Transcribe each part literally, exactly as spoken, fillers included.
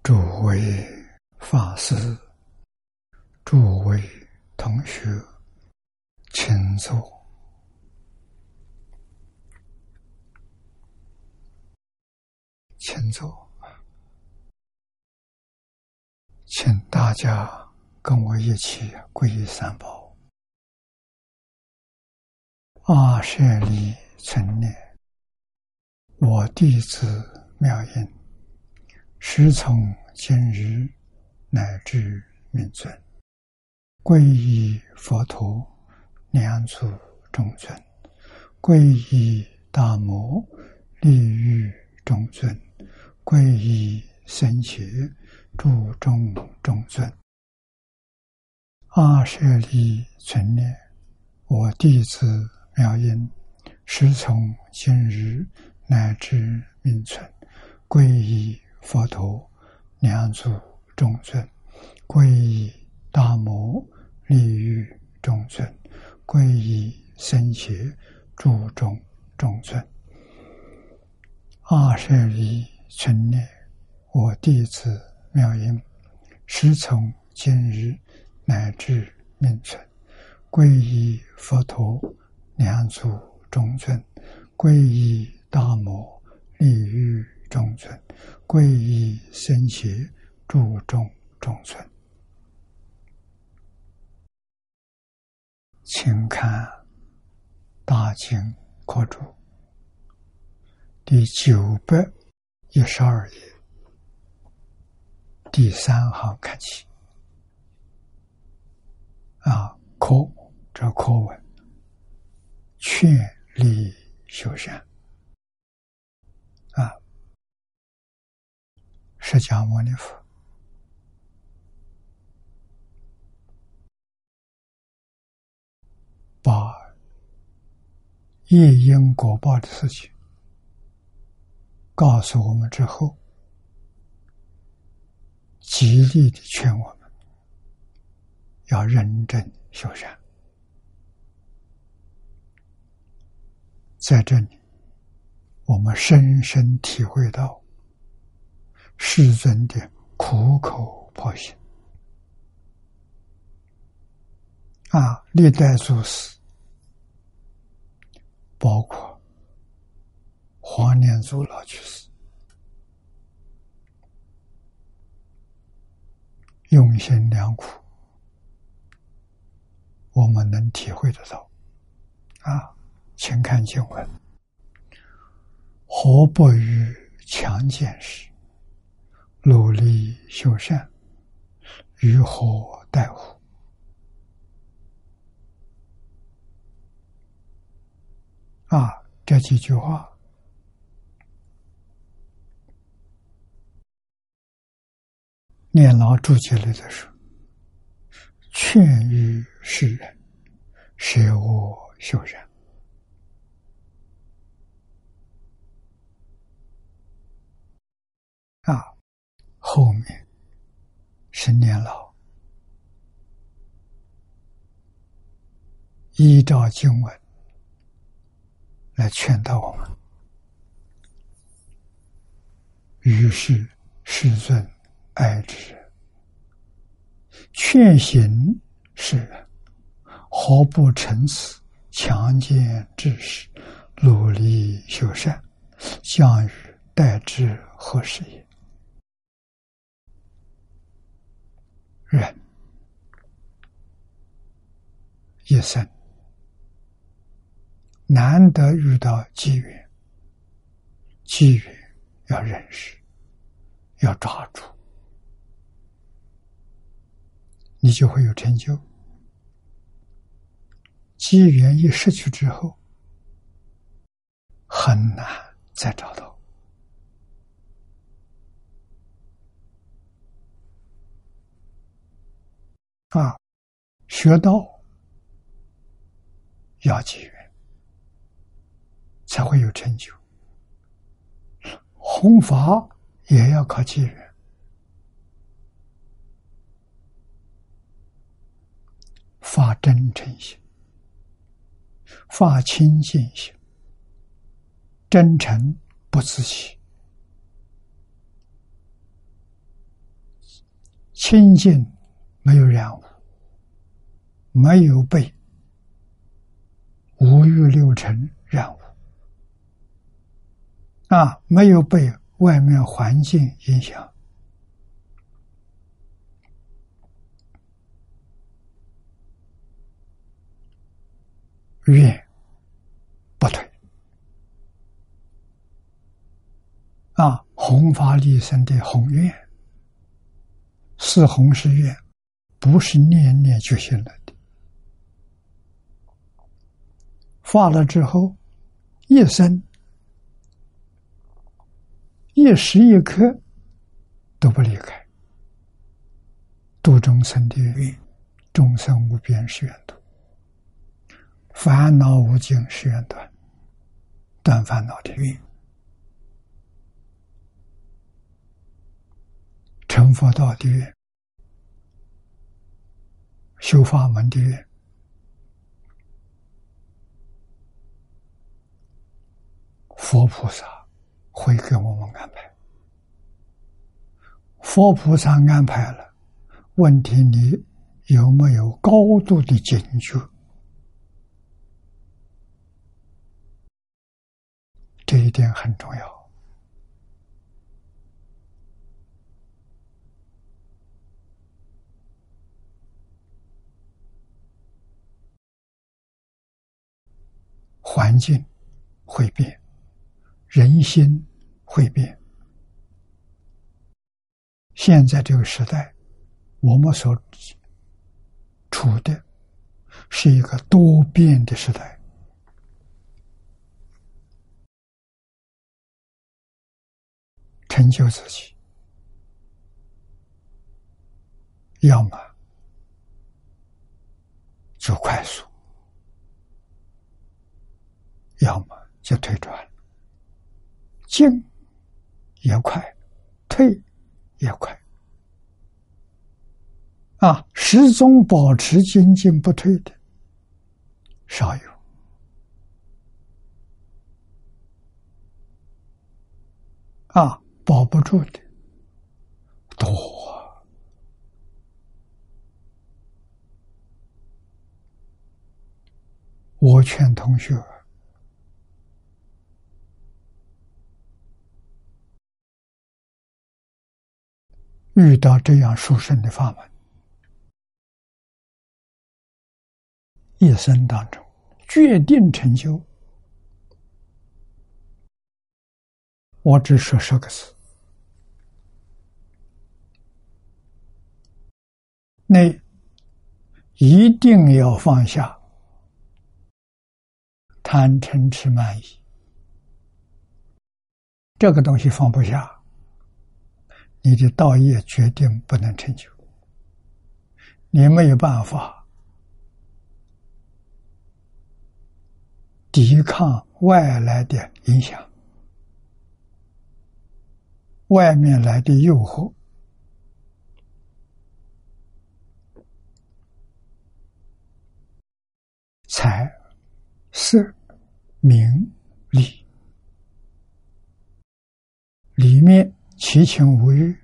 诸位法师、诸位同学，请坐。请坐。请大家跟我一起皈依三宝。阿舍利存念，我弟子妙音，时从今日乃至明尊，皈依佛陀、两祖众尊，皈依大摩、利欲众尊，皈依僧伽、诸众众尊。阿舍利存念，我弟子妙音，时从今日乃至明存，皈依佛陀、两祖众尊，皈依大摩、利欲众尊，皈依僧伽、诸众众尊。阿舍利存念，我弟子妙音，时从今日乃至明存，皈依佛陀、两祖众尊，皈依大摩、利欲众尊，皈依僧伽、诸众众尊。请看大经课注第九百一十二页，第三行看起。啊，课这课文，劝力修善。啊，释迦牟尼佛把业因果报的事情告诉我们之后，极力的劝我们要认真修善。在这里我们深深体会到世尊的苦口婆心啊！历代祖师，包括黄念祖老居士，用心良苦，我们能体会得到啊！请看经文：何不于强健时，努力修善，于何待乎？啊，这几句话念老注解里的说，劝喻世人舍恶修善。啊，后面是念老依照经文来劝导我们。于是世尊爱之人，劝行世人，何不成此强健志士，努力修善，将与待之何时也？人一生难得遇到机缘，机缘要认识，要抓住，你就会有成就。机缘一失去之后，很难再找到。啊，学道要机缘，才会有成就。弘法也要靠机缘。发真诚心，发清净心，真诚不自欺， 清净没有染污，没有被五欲六尘染污，啊，没有被外面环境影响，愿不退。啊，弘法利生的宏愿，是弘是愿，不是念念就行了的。发了之后，一生一时一刻都不离开，度众生的愿，众生无边誓愿度，烦恼无尽誓愿断，断烦恼的愿，成佛道的愿，修法门的愿，佛菩萨会给我们安排。佛菩萨安排了，问题你有没有高度的警觉？这一点很重要。环境会变，人心会变。现在这个时代，我们所处的是一个多变的时代。成就自己，要么就快速，要么就退转，进也快，退也快，啊，始终保持精进不退的少有，啊，保不住的多。我劝同学遇到这样殊胜的法门，一生当中决定成就。我只说十个字：你一定要放下贪嗔痴慢疑，这个东西放不下，你的道业决定不能成就。你没有办法抵抗外来的影响，外面来的诱惑，财、色、名、利，里面七情五欲，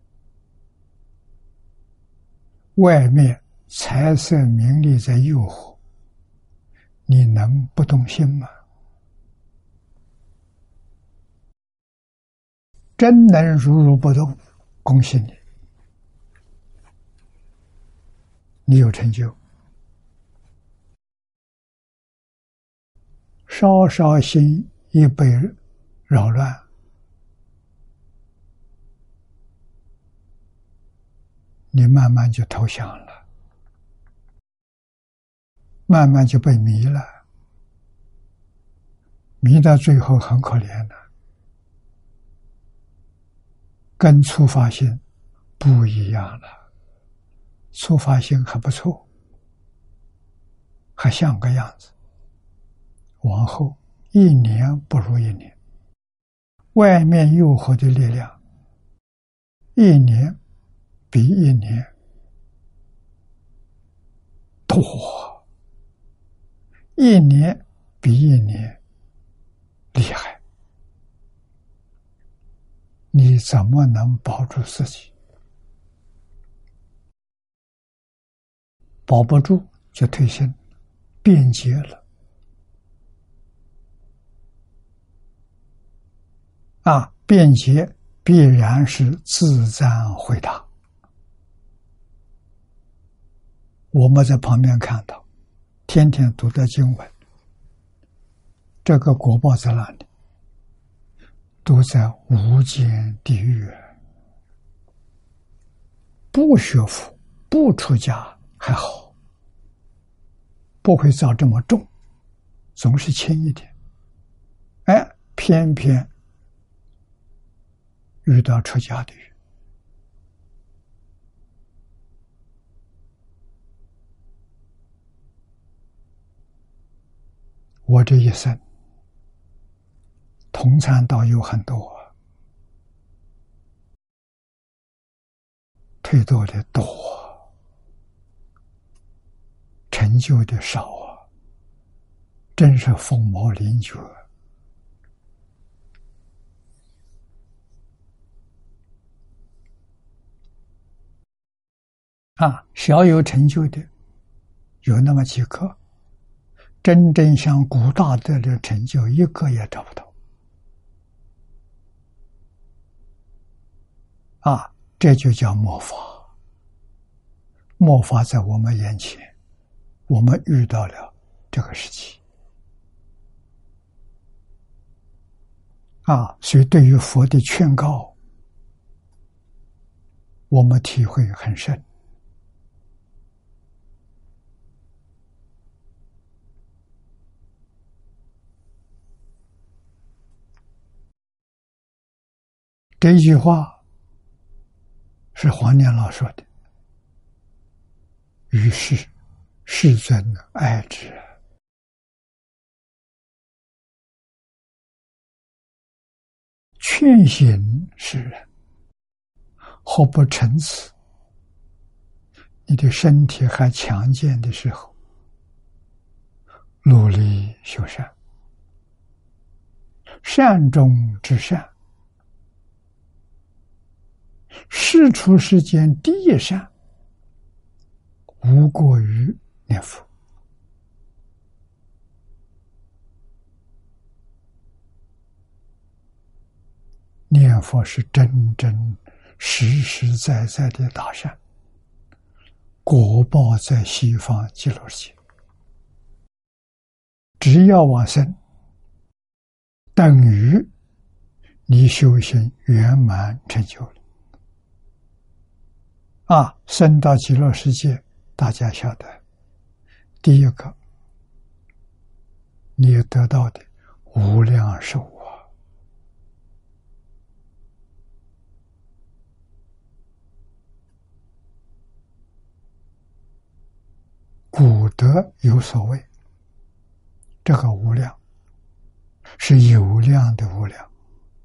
外面财色名利在诱惑，你能不动心吗？真能如如不动，恭喜你，你有成就。稍稍心一被扰乱，你慢慢就投降了，慢慢就被迷了，迷到最后很可怜的，跟初发心不一样了。初发心还不错，还像个样子，往后一年不如一年，外面诱惑的力量一年比一年多，一年比一年厉害，你怎么能保住自己？ 保不住就退心，变节了。啊，变节必然是自赞回答。我们在旁边看到，天天读的经文，这个果报在哪里？都在无间地狱。不学佛、不出家还好，不会造这么重，总是轻一点。哎，偏偏遇到出家的人，我这一生同参道友很多，退堕的多，成就的少啊，真是凤毛麟角。啊，小有成就的有那么几个，真正像古大德的成就，一个也找不到。啊，这就叫末法。末法在我们眼前，我们遇到了这个时期。啊，所以对于佛的劝告，我们体会很深。这一句话是黄念老说的，于是世尊爱之，劝醒世人，何不成此？你的身体还强健的时候，努力修善，善中之善，世出世间第一善，无过于念佛。念佛是真真实实在在的大善，果报在西方极乐世界。只要往生，等于你修行圆满成就了。啊，升到极乐世界，大家晓得，第一个，你得到的无量寿啊！古德有所谓，这个无量是有量的无量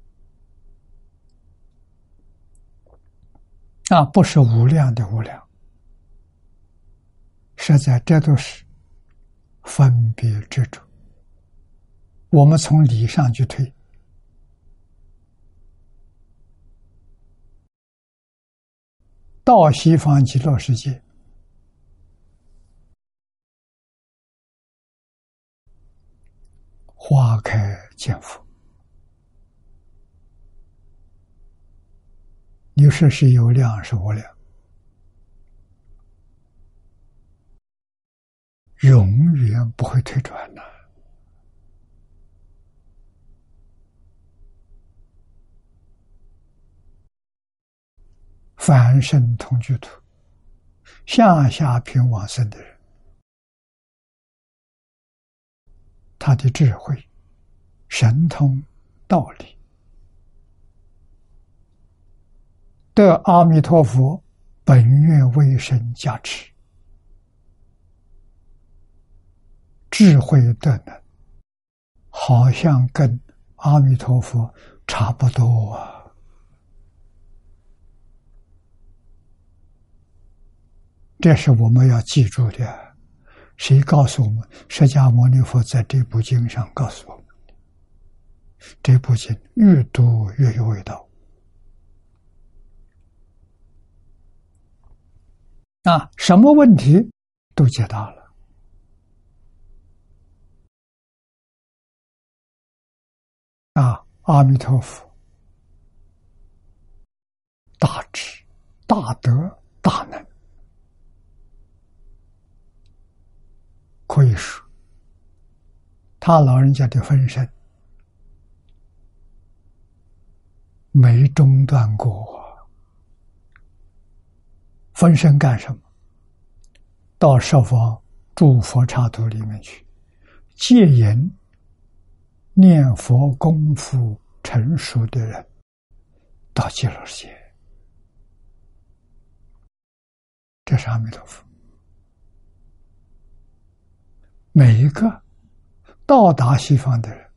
啊，不是无量的无量。实在这都是分别执着。我们从理上去推，到西方极乐世界，花开见佛，你说是有量是无量？永远不会退转的。凡圣同居土，下下品往生的人，他的智慧、神通、道理，得阿弥陀佛本愿威神加持，智慧德能，好像跟阿弥陀佛差不多啊。这是我们要记住的。谁告诉我们？释迦牟尼佛在这部经上告诉我们，这部经越读越有味道。啊，什么问题都解答了。啊，阿弥陀佛，大智、大德、大能，可以说，他老人家的分身没中断过。分身干什么？到十方诸佛刹土里面去，戒引念佛功夫成熟的人到极乐世界。这是阿弥陀佛。每一个到达西方的人，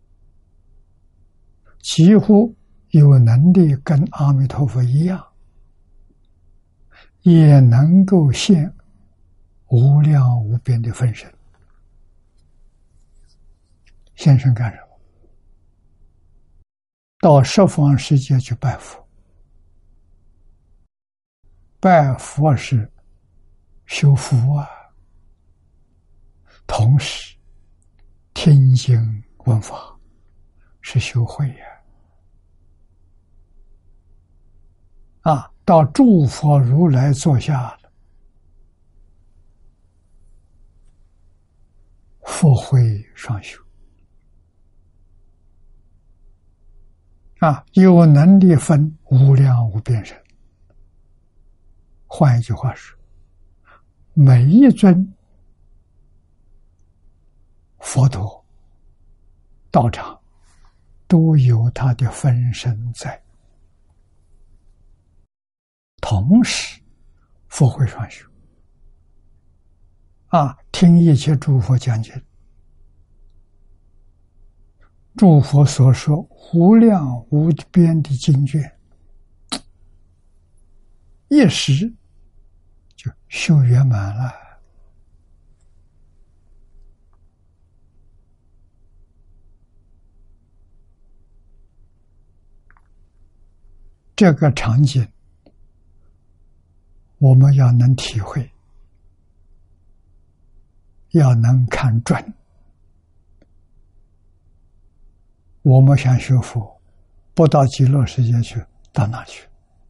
几乎有能力跟阿弥陀佛一样，也能够现无量无边的分身。现身干什么？到十方世界去拜佛。拜佛是修福啊，同时听经闻法是修慧呀。啊，到诸佛如来座下了，佛慧双修。啊，有能力分无量无边身。换一句话说，每一尊佛陀道场都有他的分身在，同时佛慧双修。啊，听一切诸佛讲解，诸佛所说无量无边的经卷，一时就修圆满了。这个场景我们要能体会，要能看准。我们想学佛，不到极乐世界去，到哪去？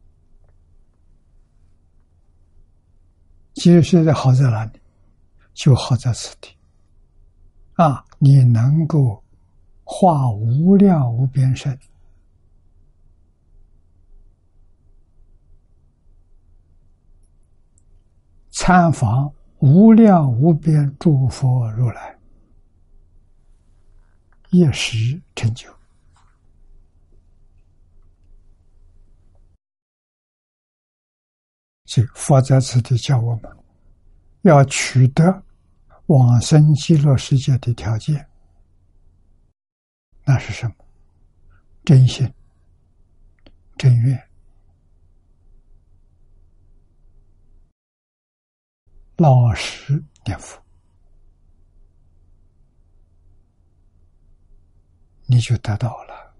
极乐世界好在哪里？就好在此地。啊，你能够化无量无边身，参访无量无边诸佛如来，一时成就。所以佛在此地教我们要取得往生极乐世界的条件，那是什么？真心、真愿、老实念佛，你就得到了。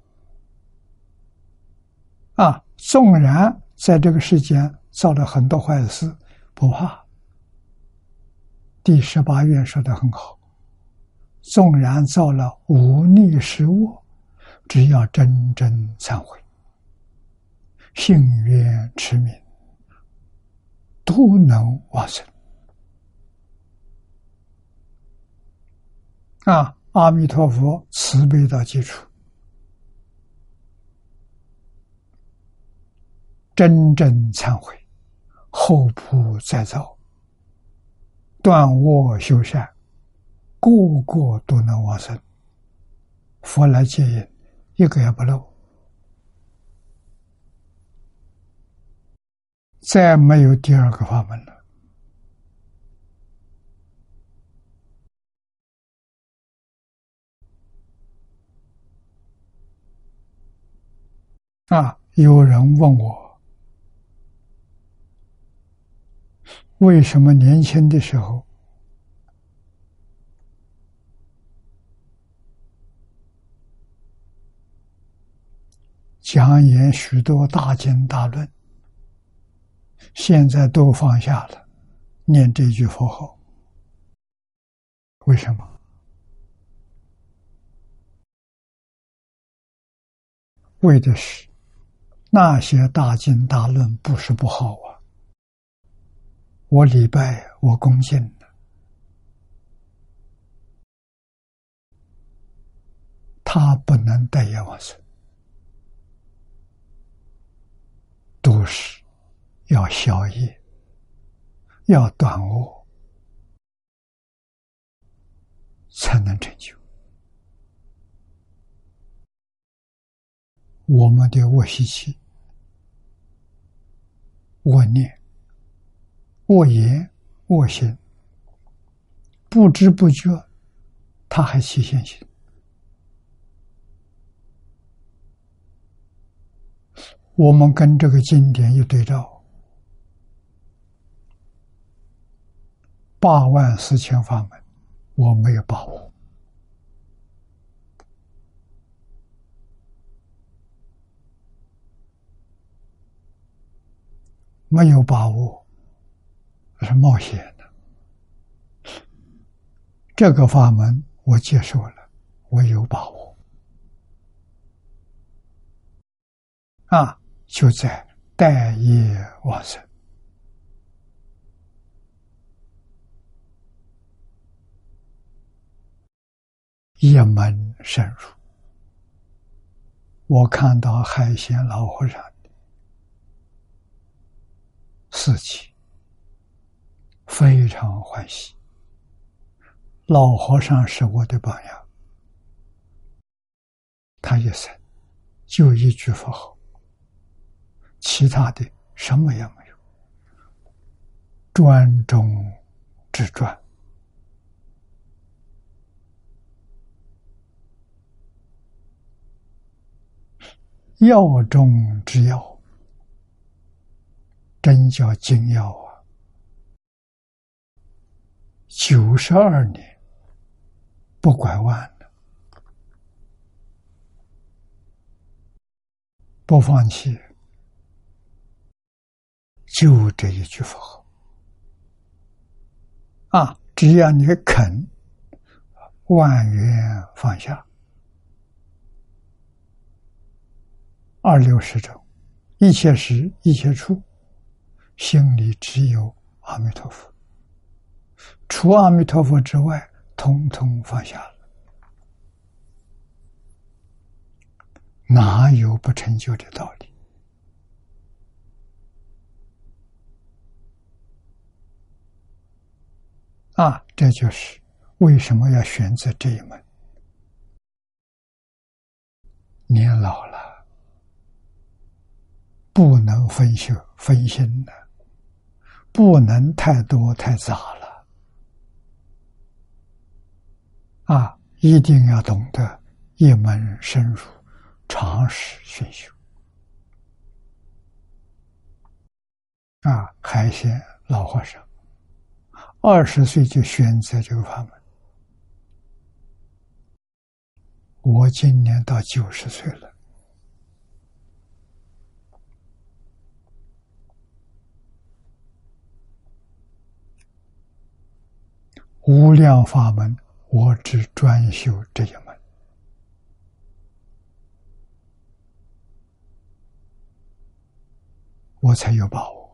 啊，纵然在这个世间造了很多坏事，不怕。第十八愿说得很好，纵然造了忤逆失恶，只要真正忏悔，信愿持名，都能往生。啊，阿弥陀佛慈悲到基础，真正忏悔，后仆再造，断恶修善，个个都能往生。佛来接引，一个也不漏。再没有第二个法门了。啊，有人问我，为什么年轻的时候讲演许多大经大论，现在都放下了，念这句佛号？ 为什么？为的是那些大经大论不是不好啊，我礼拜我恭敬的，他不能带业往生，都是要消业，要断恶，才能成就。我们的恶习气、恶念、恶言、恶行，不知不觉，它还起现行。我们跟这个经典一对照，八万四千法门，我没有把握。没有把握是冒险的。这个法门我接受了，我有把握啊，就在待业往生。一门深入，我看到海鲜老和尚的事迹，非常欢喜。老和尚是我的榜样，他一生就一句佛号，其他的什么也没有，专中之专。药中之药，真叫精药啊！九十二年不拐弯了，不放弃，就这一句佛号啊！只要你肯，万缘放下。二六十种，一切时一切处，心里只有阿弥陀佛，除阿弥陀佛之外，统统放下了，哪有不成就的道理？啊，这就是为什么要选择这一门。年老了，不能分修分心的，不能太多太杂了啊！一定要懂得一门深入，长时熏修啊！海鲜老和尚二十岁就选择这个法门，我今年到九十岁了。无量法门，我只专修这一门。我才有把握。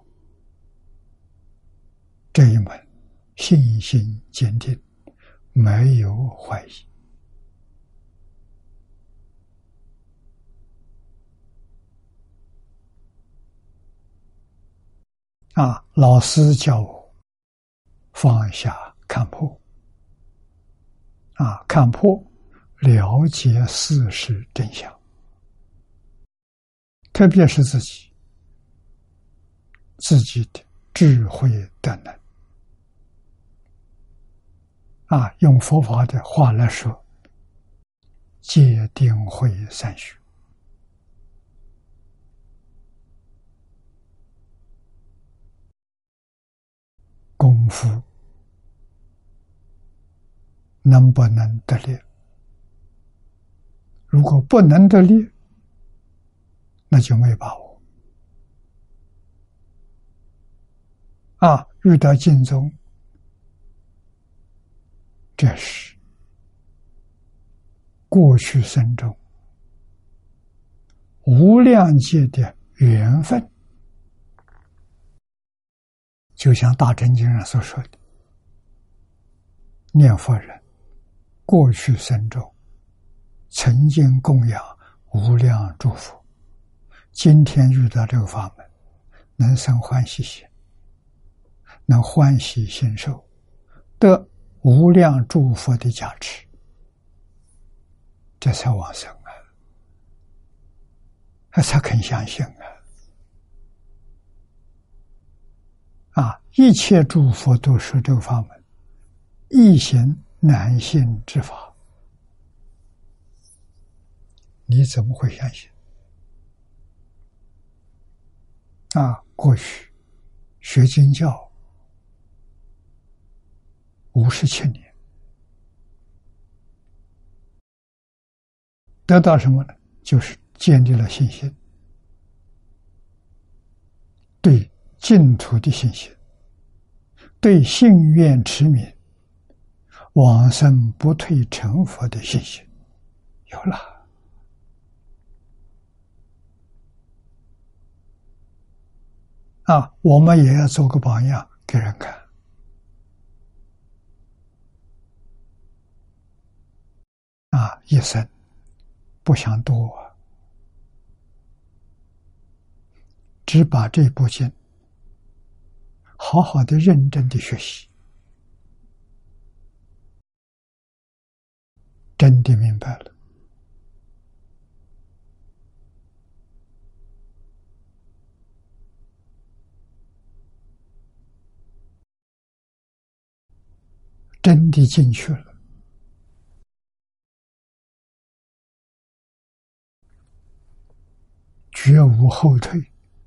这一门信心坚定，没有怀疑。啊，老师教我放下看破，啊，看破，了解事实真相，特别是自己自己的智慧的能。啊，用佛法的话来说，戒定慧三学。功夫能不能得力？如果不能得力，那就没把握。啊，遇到经宗这是过去生中无量劫的缘分，就像大乘经上所说的，念佛人过去生中曾经供养无量诸佛，今天遇到这个法门，能生欢喜心，能欢喜心受，得无量诸佛的加持，这才往生啊，他才肯相信啊！啊，一切诸佛都说这个法门，易行难信之法，你怎么会相信？啊，过去学经教五十七年，得到什么呢？就是建立了信心，对净土的信心，对信愿持名往生不退成佛的信心有了。啊，我们也要做个榜样给人看。啊，一生不想多，只把这部经好好的认真的学习，真的明白了，真的进去了，绝无后退，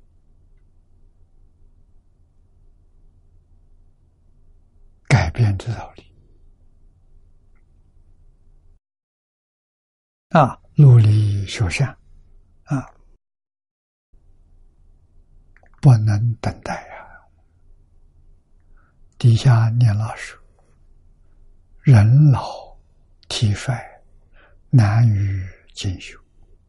改变之道理。啊，努力修善，啊，不能等待啊！底下念老师，人老体衰，难于进修。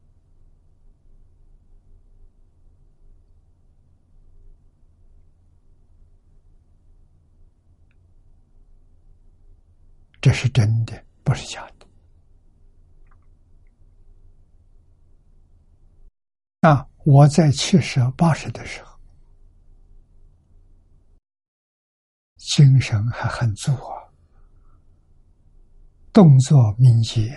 这是真的，不是假的。啊，我在七十八十的时候，精神还很足啊，动作敏捷。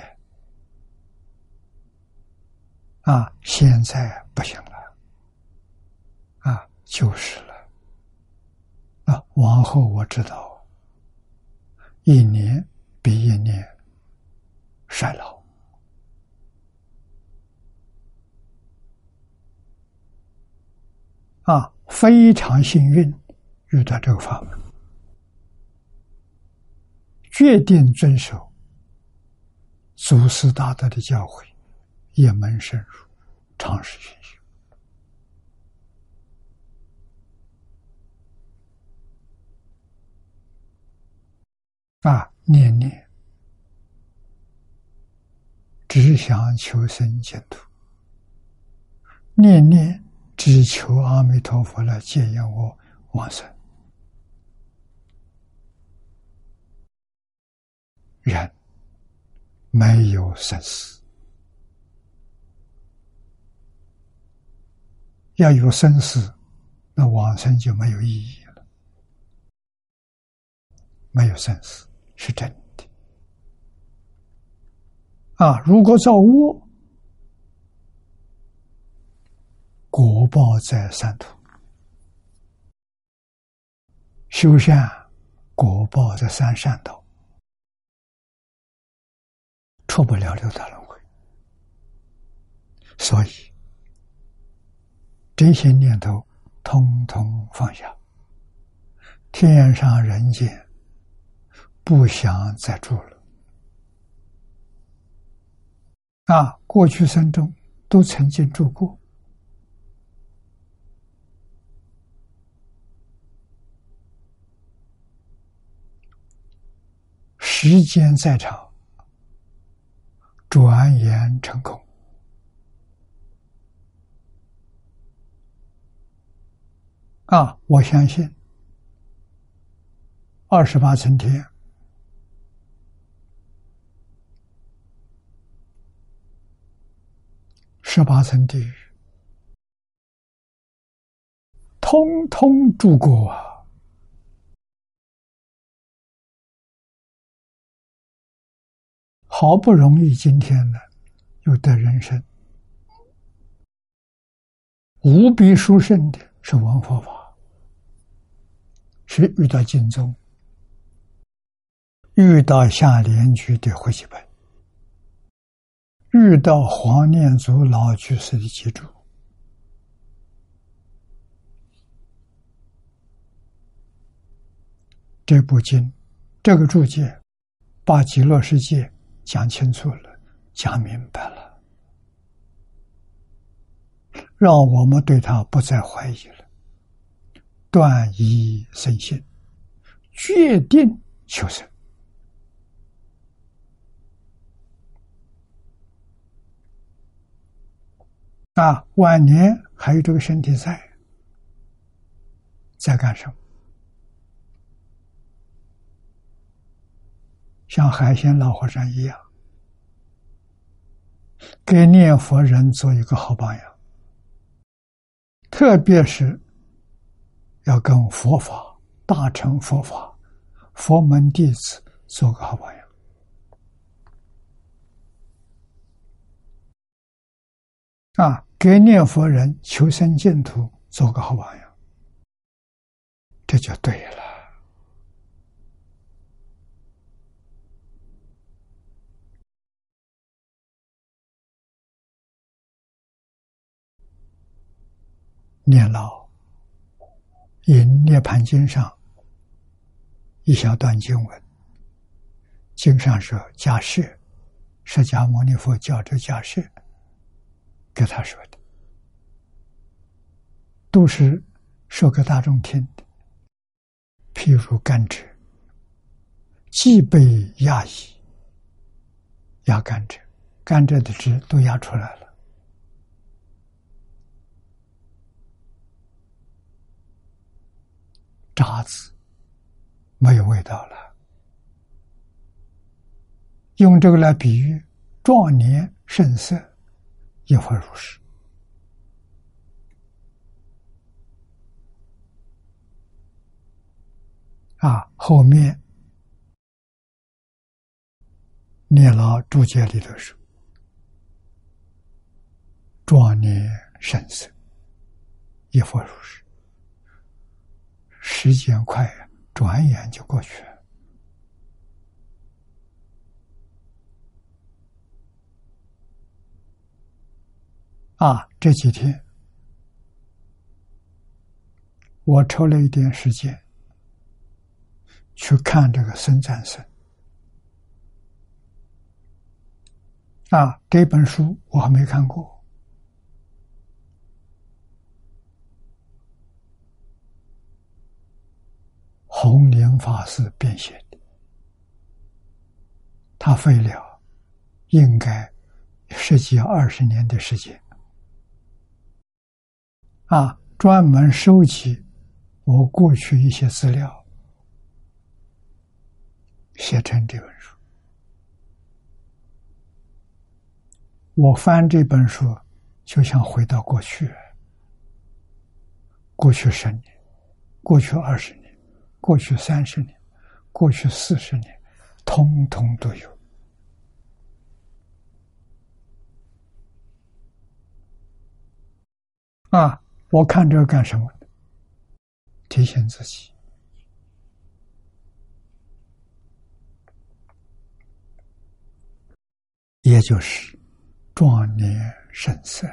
啊，现在不行了，啊，就是了。啊，往后我知道，一年比一年衰老。啊，非常幸运遇到这个法门，决定遵守祖师大德的教诲，一门深入，长时熏修。啊，念念只想求生净土，念念只求阿弥陀佛来接引我往生。人没有生死，要有生死，那往生就没有意义了。没有生死是真的。啊，如果造恶，果报在三途；修善，果报在三善道，出不了六道轮回。所以这些念头通通放下，天上人间不想再住了。啊，过去生中都曾经住过， 时间再长，转眼成空。啊，我相信二十八层天十八层地狱，通通住过啊！好不容易今天呢，又得人生，无比殊胜的是闻佛法，是遇到经宗，遇到下莲居的汇集本，遇到黄念祖老居士的记注。这部经，这个注解，把极乐世界讲清楚了，讲明白了，让我们对他不再怀疑了，断疑生信，决定求生。啊，晚年还有这个身体在，在干什么？像海鲜老和尚一样，给念佛人做一个好榜样，特别是要跟佛法、大乘佛法、佛门弟子做个好榜样。啊，给念佛人求生净土做个好榜样，这就对了。念老引《涅盘经》上一小段经文，经上说迦叶，释迦牟尼佛教这迦叶给他说的，都是说给大众听的。譬如甘蔗，既被压抑，压甘蔗，甘蔗的汁都压出来了。渣子没有味道了，用这个来比喻壮年盛色，也会如是。啊，后面念老注解里头说，壮年盛色，也会如是。时间快呀，转眼就过去了。啊，这几天我抽了一点时间去看这个僧赞僧。啊，这本书我还没看过。弘宁法师编写的，他费了应该十几二十年的时间，啊，专门收集我过去一些资料，写成这本书。我翻这本书，就像回到过去，过去十年，过去二十年。过去三十年，过去四十年，通通都有。啊，我看这个干什么？提醒自己，也就是壮年盛色。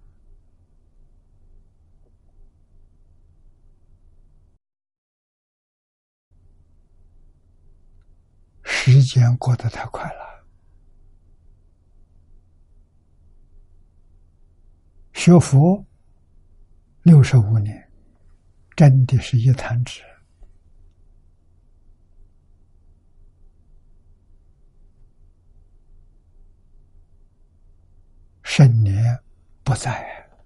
时间过得太快了，学佛六十五年，真的是一弹指。 生年不在。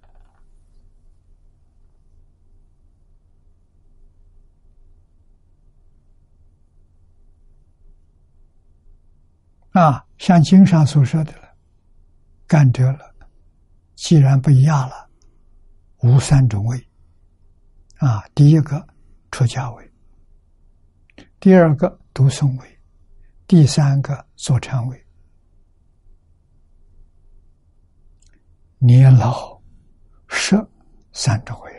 啊，像经上所说的了，甘蔗了，既然被压了，无三种味。啊，第一个出家味，第二个读诵味，第三个坐禅味。年老摄三种味，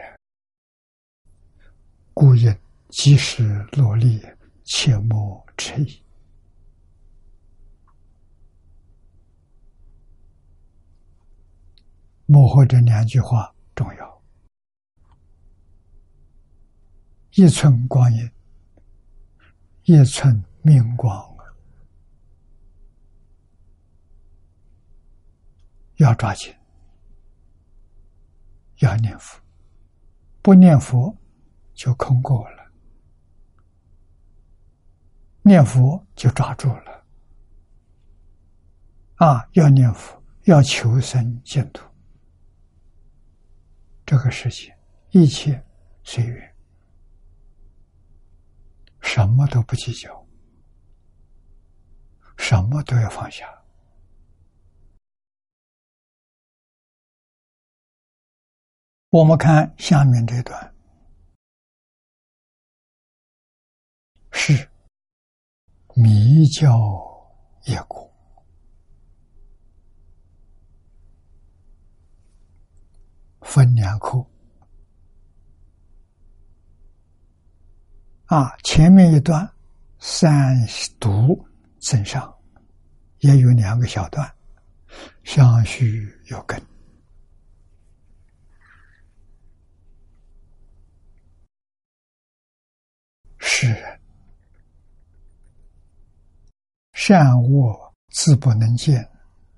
故应及时落力，切莫迟疑。幕后这两句话重要。一寸光阴，一寸明光，要抓紧，要念佛，不念佛就空过了，念佛就抓住了。啊，要念佛，要求生净土。这个事情一切随缘，什么都不计较，什么都要放下。我们看下面这段，是迷教业果。分两口。啊，前面一段三读增上，也有两个小段，相续有根。是人善恶自不能见，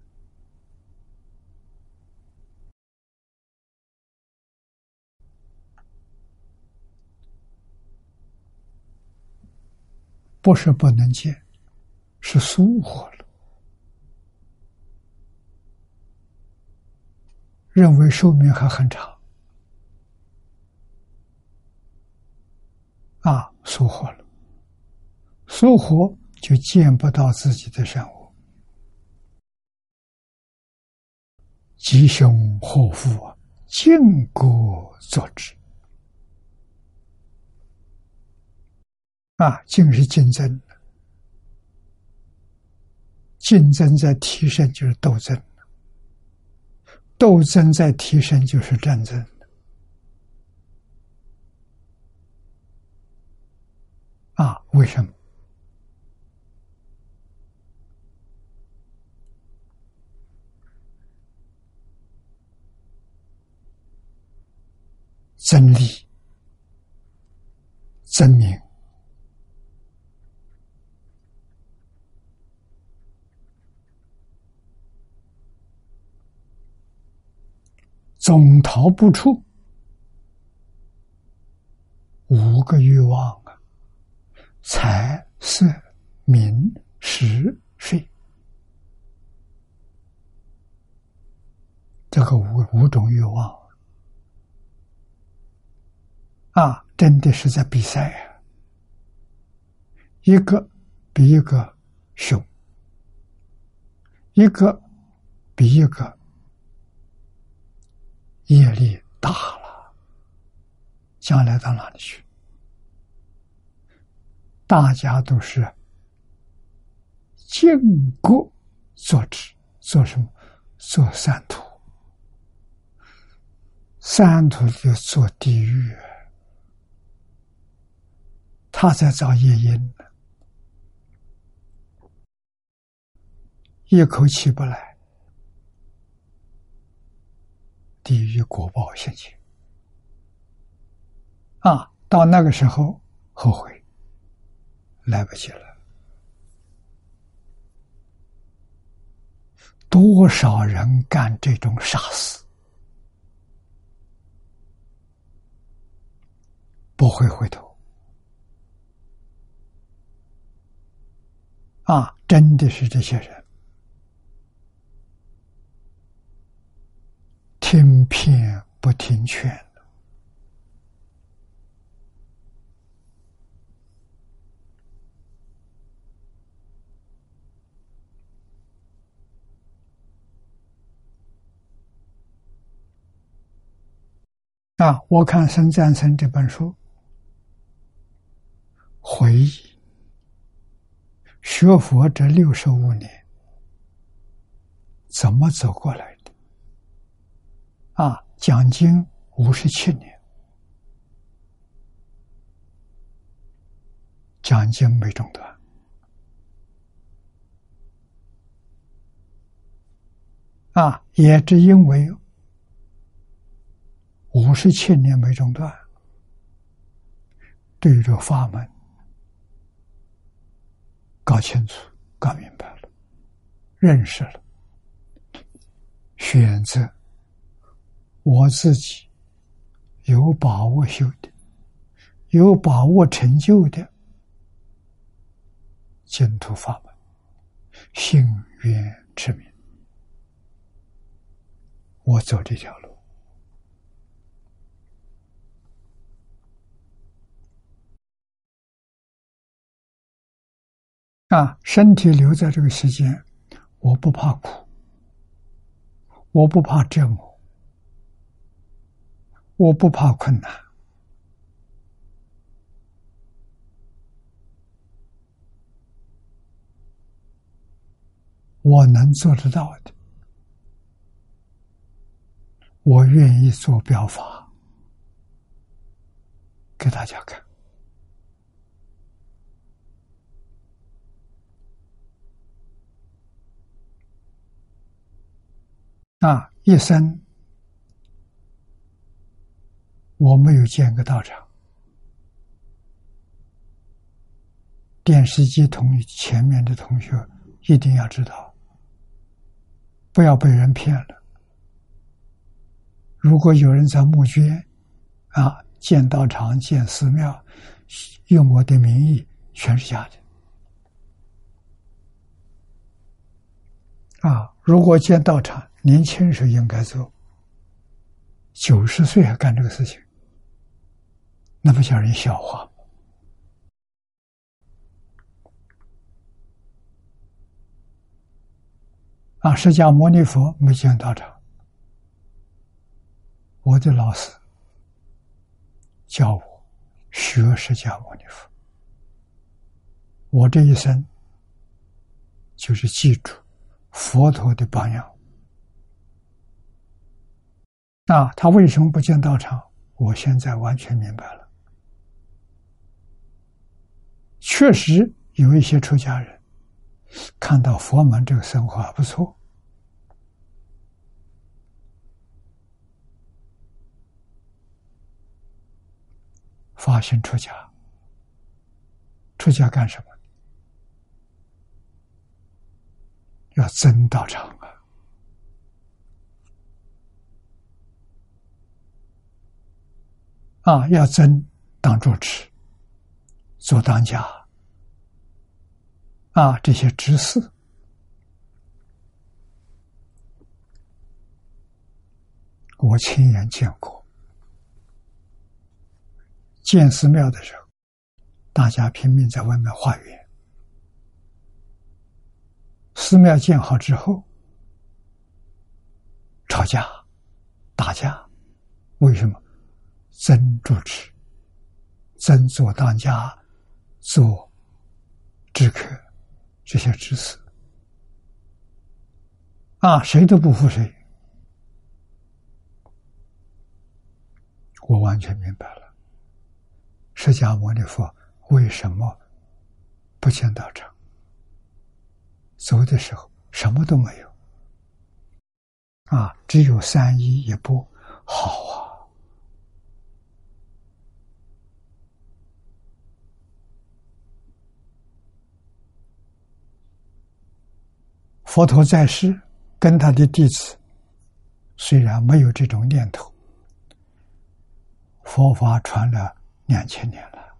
不是不能见，是疏忽了，认为寿命还很长，啊，疏忽了，疏忽就见不到自己的善恶，吉凶祸福尽各作之。啊，尽是竞争，竞争在提升就是斗争，斗争在提升就是战争。啊，为什么？争利、争名，总逃不出五个欲望啊：财、色、名、食、睡。这个五五种欲望啊，真的是在比赛啊！一个比一个凶，一个比一个业力大了，将来到哪里去？大家都是尽各作之，做什么？做三途。三途就做地狱，他在造业因，一口气不来，地狱果报现前。啊，到那个时候后悔，来不及了。多少人干这种傻事，不会回头。啊，真的是这些人骗不听劝。啊，我看孙赞成这本书，回忆学佛这六十五年怎么走过来的。啊，讲经五十七年，讲经没中断。啊，也只因为五十七年没中断，对于这个法门搞清楚、搞明白了，认识了，选择我自己有把握修的、有把握成就的净土法门，信愿持名，我走这条路。啊，身体留在这个世间，我不怕苦，我不怕折磨，我不怕困难。我能做得到的，我愿意做表法给大家看。啊，一生我没有见过道场，电视机同前面的同学一定要知道，不要被人骗了。如果有人在募捐啊，建道场、建寺庙，用我的名义，全是假的。啊，如果建道场，年轻时应该做，九十岁还干这个事情，那不叫人笑话吗？啊，释迦牟尼佛没建道场，我的老师教我学释迦牟尼佛，我这一生就是记住佛陀的榜样。那他为什么不建道场？我现在完全明白了。确实有一些出家人看到佛门这个生活还不错，发心出家。出家干什么？要增道场啊！啊，要增当主持，做当家。啊，这些执事，我亲眼见过。建寺庙的时候，大家拼命在外面化缘。寺庙建好之后，吵架、打架，为什么？曾主持，曾做当家，做知客，这些知识啊，谁都不服谁。我完全明白了，释迦牟尼佛为什么不建道场？走的时候什么都没有啊，只有三衣一钵，好啊！佛陀在世，跟他的弟子虽然没有这种念头，佛法传了两千年了，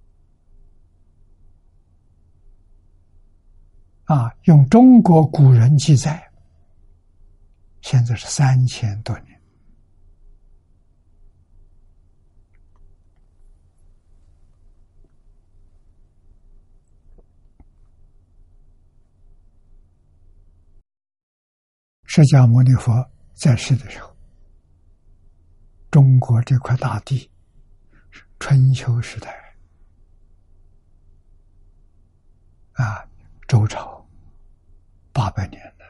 啊，用中国古人记载，现在是三千多年， 释迦牟尼佛在世的时候，中国这块大地是春秋时代啊，周朝八百年了。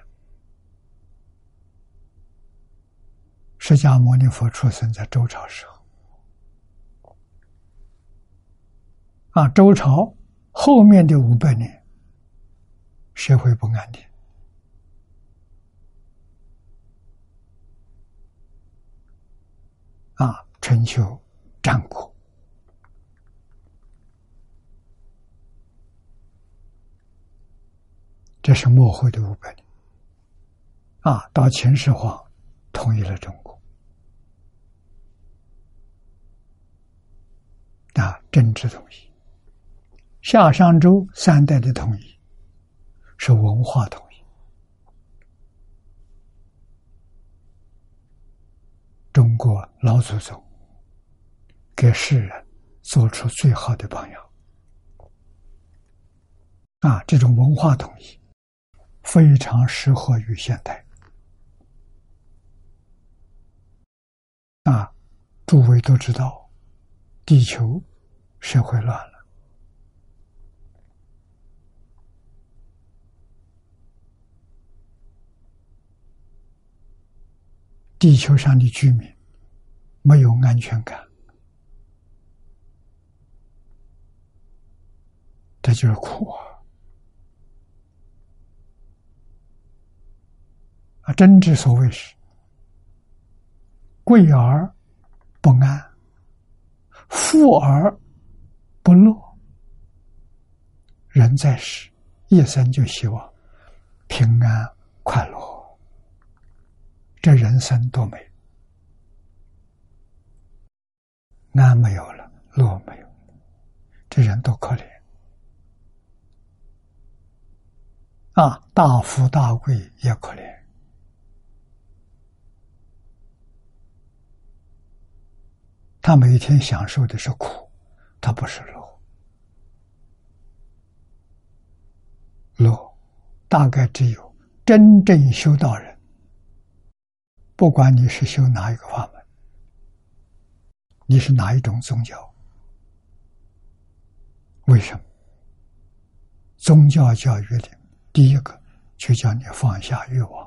释迦牟尼佛出生在周朝时候，啊，周朝后面的五百年，社会不安定，啊，春秋战国，这是末后的五百年，啊，到秦始皇统一了中国，啊，政治统一。夏商周三代的统一是文化统一，中国老祖宗给世人做出最好的榜样。啊，这种文化统一非常适合于现代。啊，诸位都知道，地球社会乱了，地球上的居民没有安全感，这就是苦啊！啊，真之所谓是贵而不安，富而不乐。人在世，一生就希望平安快乐。这人生多美，安没有了，乐没有了，这人多可怜啊！大富大贵也可怜，他每天享受的是苦，他不是乐。乐大概只有真正修道人，不管你是修哪一个法门，你是哪一种宗教，为什么？宗教教育里，第一个就叫你放下欲望，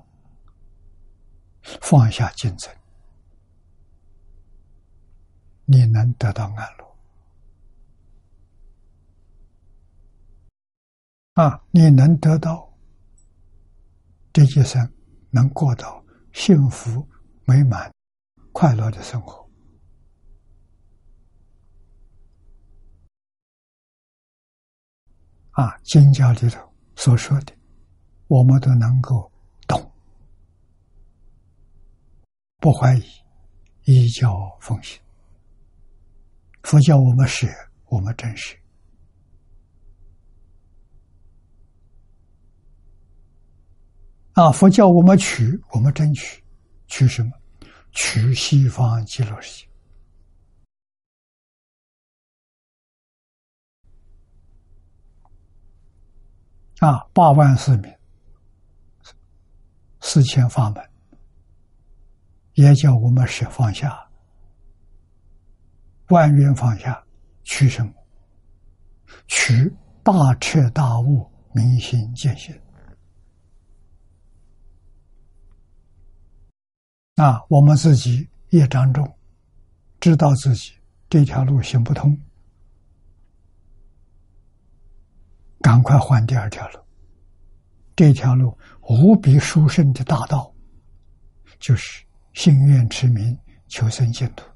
放下竞争，你能得到安乐啊！你能得到这一生能过到幸福、美满、快乐的生活。啊，经教里头所说的，我们都能够懂，不怀疑，依教奉行。佛教我们舍，我们真实。啊，佛教我们取，我们争取，取什么？取西方极乐世界。啊，八万四民，四千法门，也叫我们是放下，万缘放下，取什么？取大彻大悟，明心见性。啊，我们自己业障重，知道自己这条路行不通，赶快换第二条路。这条路无比殊胜的大道，就是信愿持名，求生净土。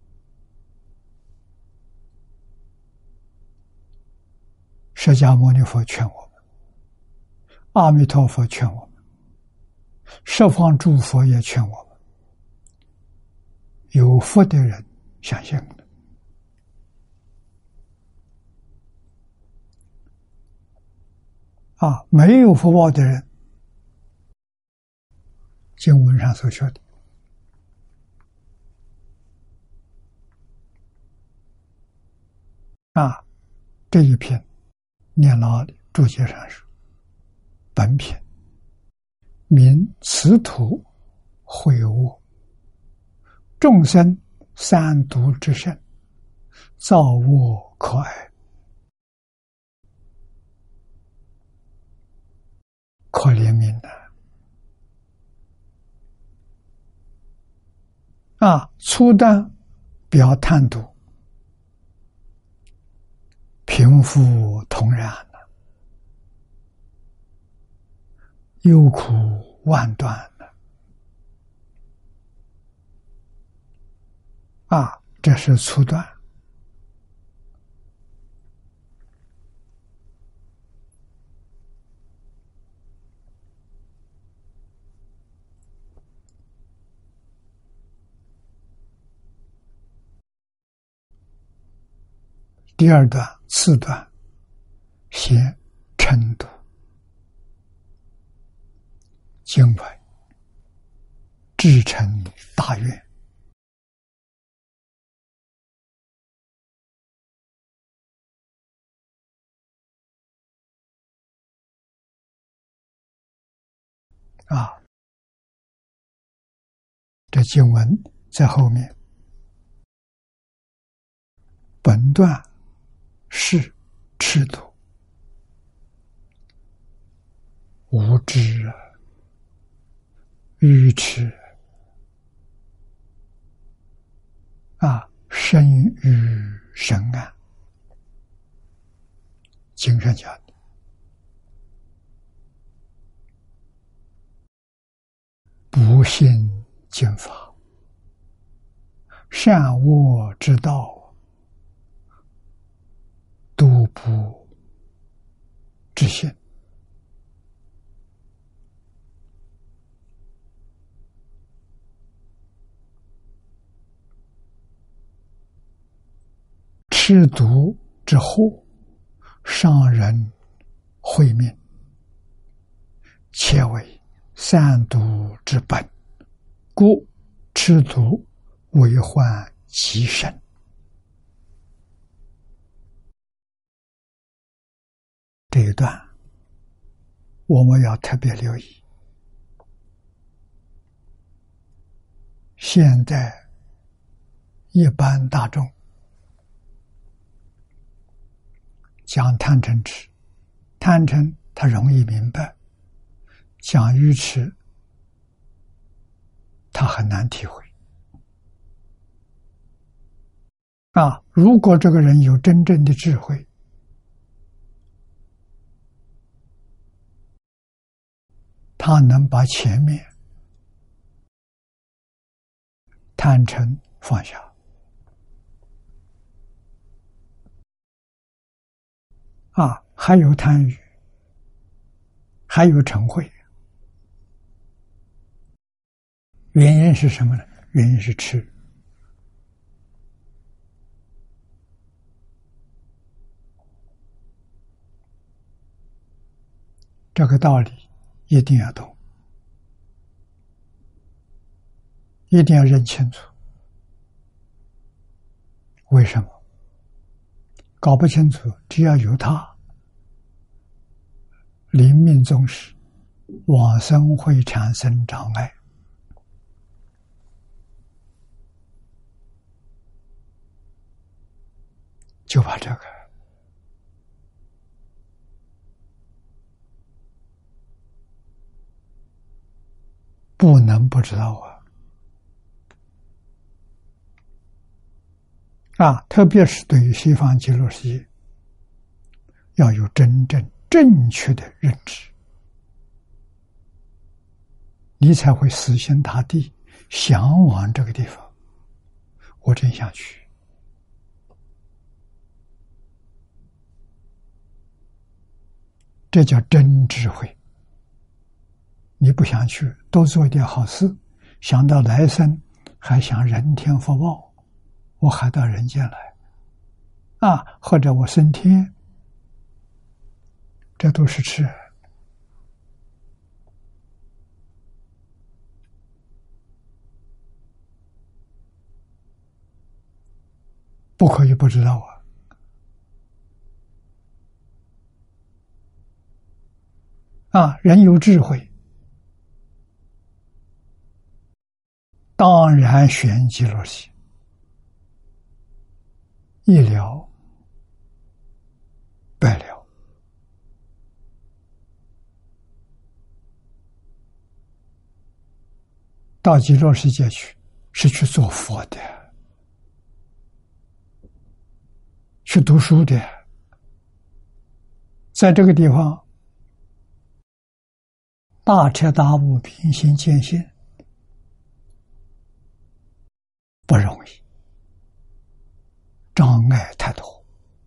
释迦牟尼佛劝我们，阿弥陀佛劝我们，十方诸佛也劝我们。有福的人相信了，啊，没有福报的人，经文上所说的，啊，这一篇念老的注解上说，本品名此土秽物，众生三毒之身，造物可爱。可怜悯的啊！粗淡表贪毒，贫富同然了，忧苦万端了啊！这是粗断。第二段次段写嗔毒，经文至诚大愿，啊，这经文在后面。本段是赤毒，无知愚痴啊，深于深暗。经上讲的，不信经法，善恶之道都不知信。吃毒之祸，伤人慧命，且为三毒之本，故吃毒为患极深。这一段我们要特别留意。现在一般大众讲贪嗔痴，贪嗔他容易明白，讲愚痴他很难体会。啊，如果这个人有真正的智慧，他能把前面贪嗔放下，啊，还有贪欲，还有嗔恚，原因是什么呢？原因是吃。这个道理一定要懂，一定要认清楚。为什么？搞不清楚，只要有他，临命终时，往生会产生障碍。就把这个不能不知道啊！啊，特别是对于西方极乐世界，要有真正正确的认知，你才会死心塌地向往这个地方。我真想去，这叫真智慧。你不想去，多做一点好事，想到来生还想人天福报，我还到人间来啊，或者我升天，这都是吃。不可以不知道啊！啊，人有智慧， 当然选极乐世界，一了百了。到极乐世界去，是去做佛的，去读书的。在这个地方，大彻大悟、平心见性不容易，障碍太多，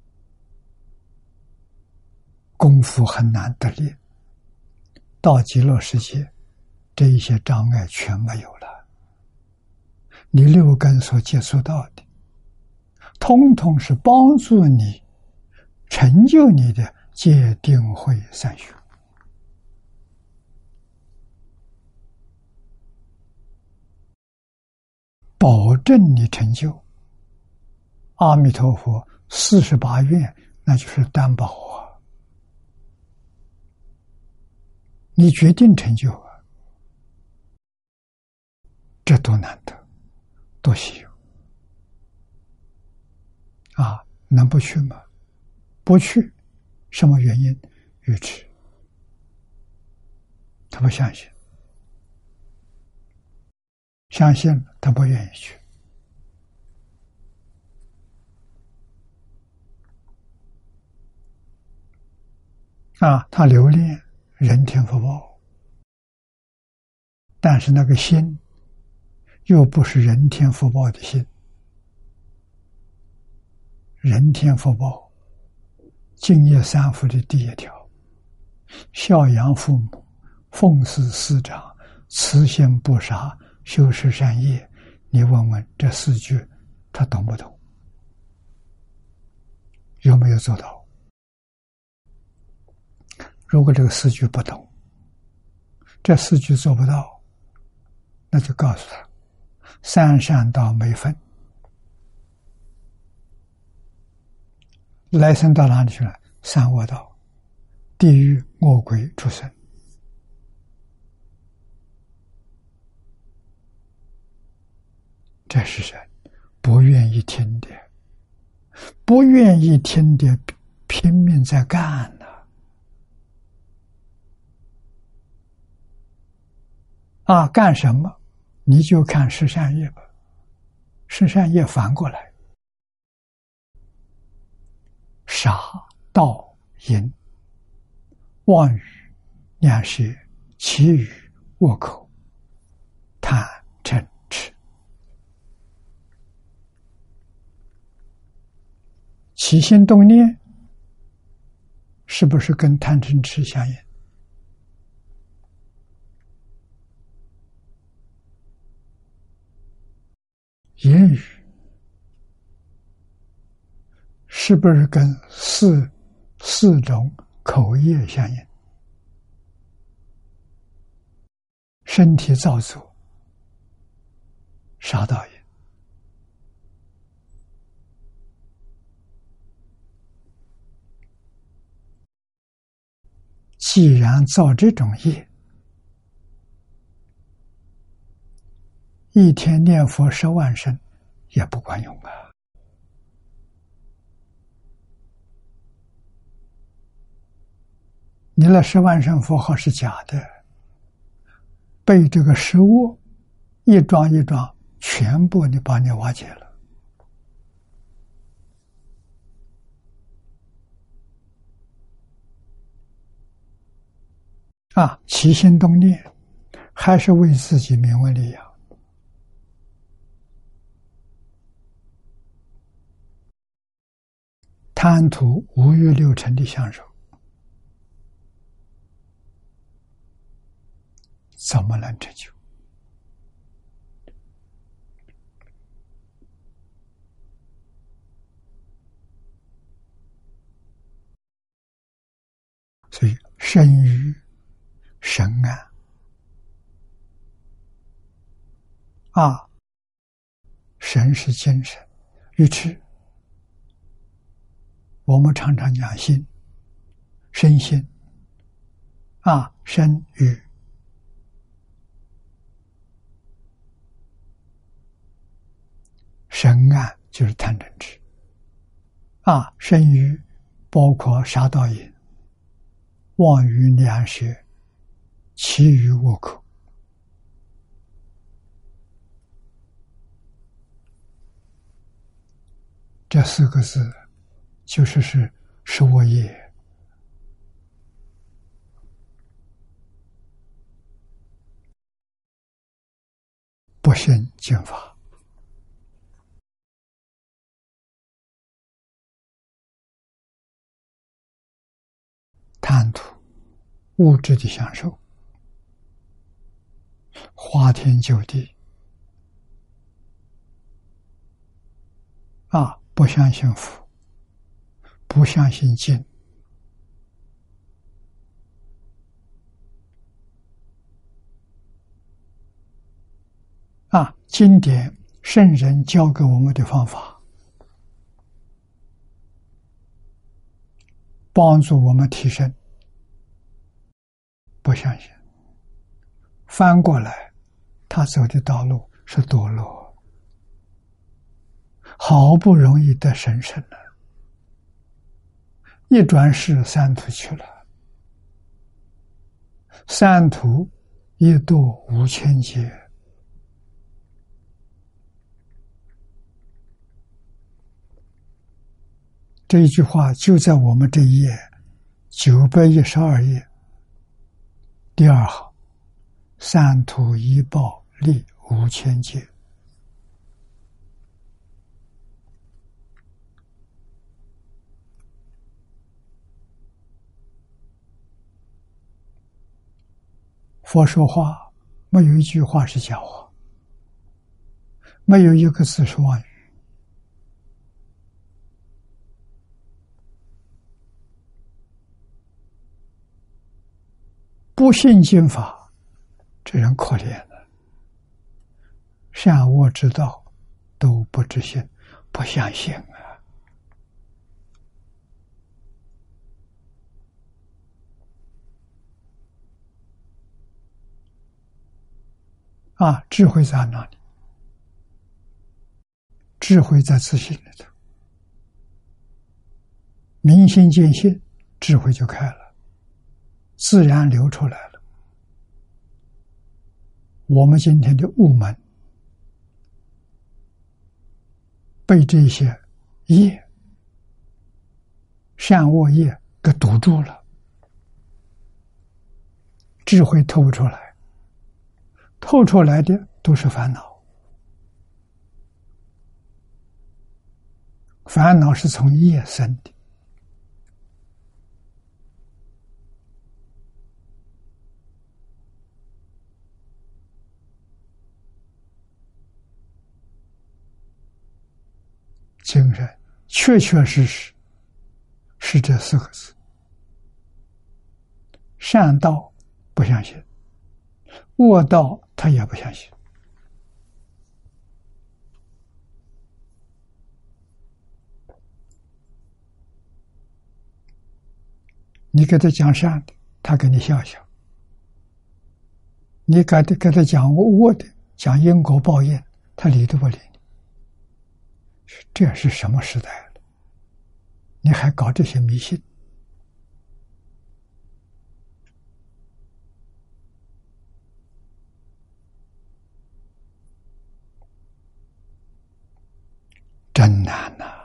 功夫很难得力。到极乐世界，这一些障碍全没有了，你六根所接触到的，通通是帮助你成就你的戒定慧三学。保证你成就。阿弥陀佛四十八愿，那就是担保啊！你决定成就啊，这多难得，多稀有啊！能不去吗？不去，什么原因？愚痴，他不相信。相信了，他不愿意去。啊，他留恋人天福报，但是那个心又不是人天福报的心。人天福报，敬业三福的第一条：孝养父母，奉事师长，慈心不杀，修持善业。你问问这四句，他懂不懂？有没有做到？如果这个四句不懂，这四句做不到，那就告诉他：三善道没分，来生到哪里去了？三恶道、地狱、恶鬼、畜生。这是人不愿意听的，不愿意听的，拼命在干呢。啊，干什么？你就看十善业吧。十善业反过来，杀、盗、淫、妄语、两舌、绮语、恶口、贪、嗔、痴。起心动念是不是跟贪嗔痴相应？言语是不是跟四四种口业相应？身体造作，杀盗淫。既然造这种业，一天念佛十万声也不管用啊！你那十万声佛号是假的，被这个食物一桩一桩全部你把你瓦解了。啊，起心动念还是为自己名闻利养，贪图五欲六尘的享受，怎么能成就？所以身语神安啊，神是精神，愚痴。我们常常讲心，身心啊，身语昏暗就是贪嗔痴。啊，身语包括杀盗淫、妄语两舌、绮语恶口。这四个字就是是是我业。不信经法，贪图物质的享受，花天酒地，啊，不相信佛，不相信经，啊，经典圣人教给我们的方法，帮助我们提升，不相信。翻过来，他走的道路是堕落，好不容易得神圣了，一转世三途去了，三途一度五千劫。这一句话就在我们这一页九百一十二页第二行，三途一报历五千劫。佛说话没有一句话是假话，没有一个字是妄语。不信经法，这人可怜了，善恶之道都不知信，不相信啊！啊，智慧在哪里？智慧在自信里头，明心见性，智慧就开了，自然流出来了。我们今天的悟门被这些业、善恶业给堵住了，智慧透不出来，透出来的都是烦恼。烦恼是从业生的，精神确确实实是这四个字：善道不相信，恶道他也不相信。你给他讲善的，他给你笑笑；你给他给他讲恶的，讲因果报应，他理都不理你。这是什么时代了？你还搞这些迷信？真难呐！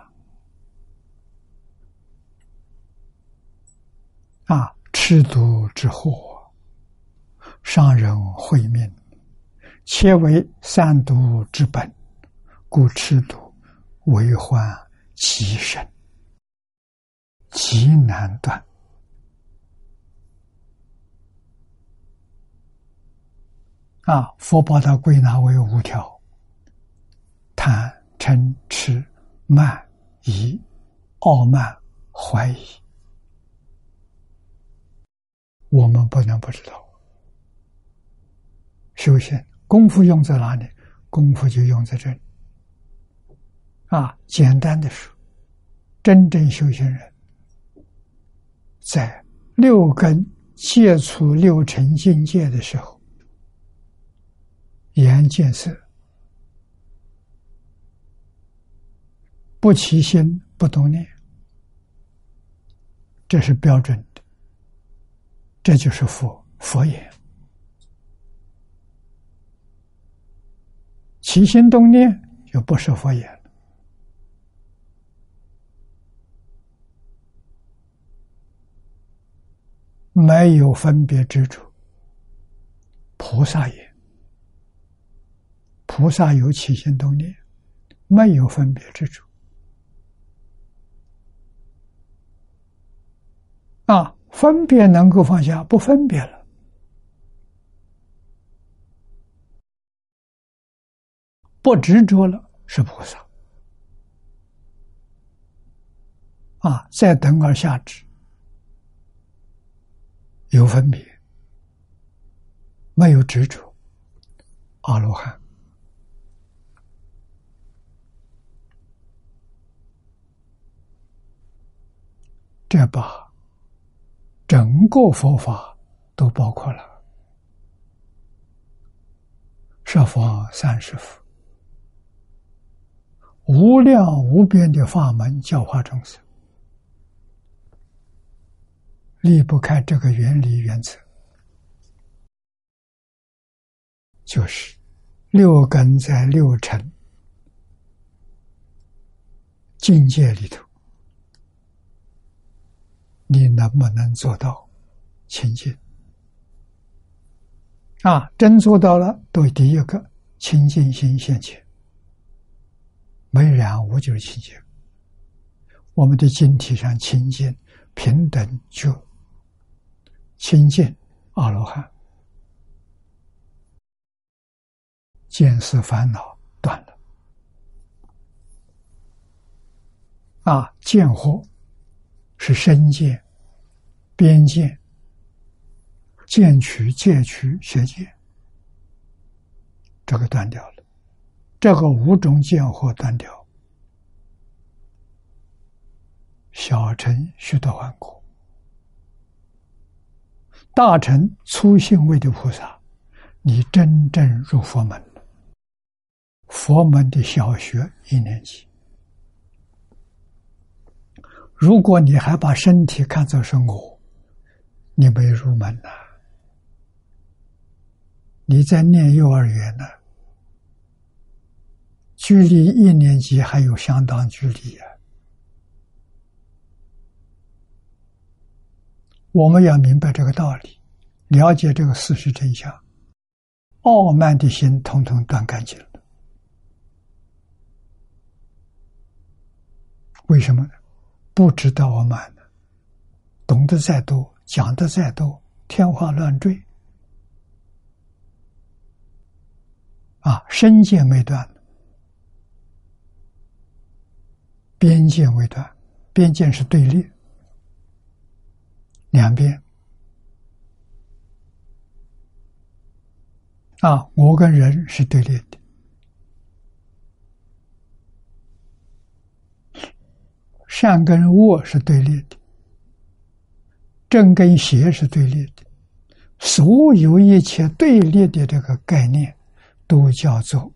啊，吃毒之祸，伤人慧命，切为三毒之本，故吃毒为患极深，极难断。啊，佛把它归纳为五条：贪、嗔、痴、慢、疑、傲慢、怀疑。我们不能不知道，修行功夫用在哪里，功夫就用在这里。啊，简单的说，真正修行人在六根接触六尘境界的时候，眼见色， 不起心不动念，这是标准的，这就是佛佛言。起心动念就不是佛言了。没有分别执着，菩萨也。菩萨有起心动念，没有分别执着。啊，分别能够放下，不分别了，不执着了，是菩萨。啊，再等而下之，有分别，没有执着，阿罗汉。这把整个佛法都包括了，十方三世佛，无量无边的法门教化众生，离不开这个原理原则，就是六根在六尘境界里头，你能不能做到清净？啊，真做到了，都第一个清净心现前，没染污就是清净。我们的经体上清净平等觉，清净阿罗汉，见思烦恼断了。啊，见惑是身见、边见、见取、戒取、学见，这个断掉了。这个五种见惑断掉，小乘须得洹果，大乘粗信位的菩萨，你真正入佛门了。佛门的小学一年级，如果你还把身体看作是我，你没入门呐、啊，你在念幼儿园呢、啊，距离一年级还有相当距离啊。我们要明白这个道理，了解这个事实真相，傲慢的心统统断干净了。为什么呢？不知道傲慢呢，懂得再多，讲得再多，天花乱坠啊，身见没断，边见未断，边见是对立，两边啊，我跟人是对立的，善跟恶是对立的，正跟邪是对立的，所有一切对立的这个概念都叫做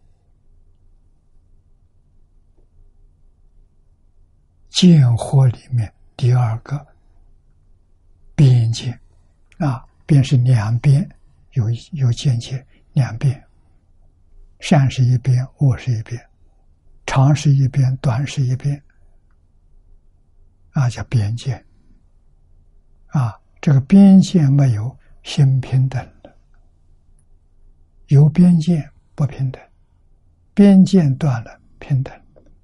见惑里面第二个边界啊，边是两边有有见解，两边善是一边，恶是一边，长是一边，短是一边啊，叫边界啊。这个边界没有心平等的，有边界不平等，边界断了平等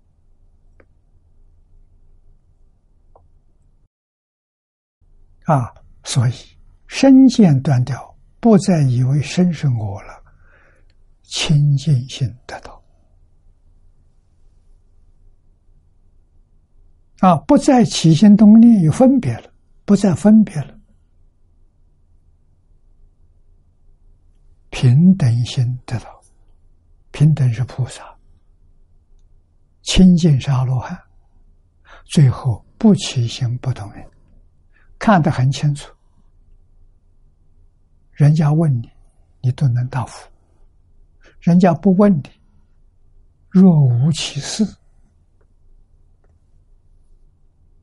啊。所以身见断掉，不再以为身是我了，清净心得到啊，不再起心动念有分别了，不再分别了，平等心得到，平等是菩萨，清净是阿罗汉，最后不起心不动念，看得很清楚，人家问你，你都能答复；人家不问你，若无其事，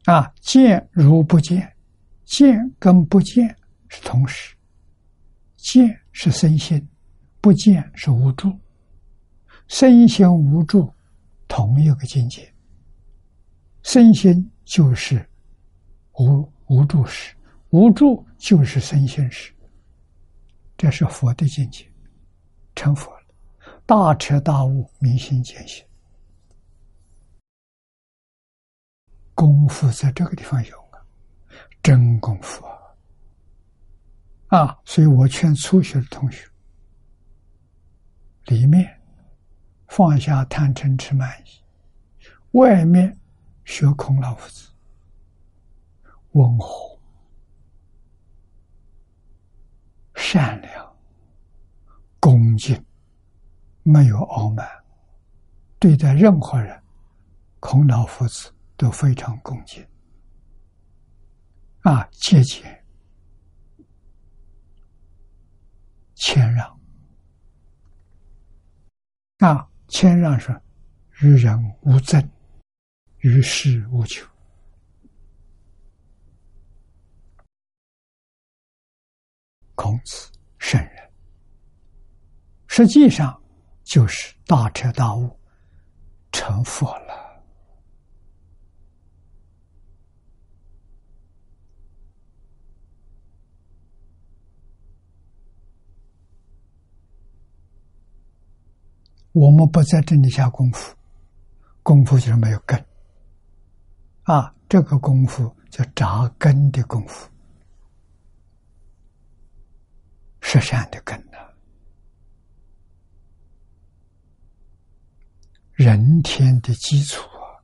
啊，见如不见，见跟不见是同时，见是身心，不见是无助，身心无助同一个境界，身心就是无无助时，无助就是身心时，这是佛的境界，成佛了，大彻大悟，明心见性。功夫在这个地方有啊，真功夫啊！啊，所以我劝初学的同学，里面放下贪嗔痴慢疑，外面学孔老夫子，温和、善良、恭敬，没有傲慢，对待任何人，孔老夫子都非常恭敬，啊，节俭、谦让，啊，谦让是与人无争，与世无求。孔子圣人，实际上就是大彻大悟，成佛了。我们不在这里下功夫，功夫就是没有根啊！这个功夫叫扎根的功夫，是善的根呢、啊。人天的基础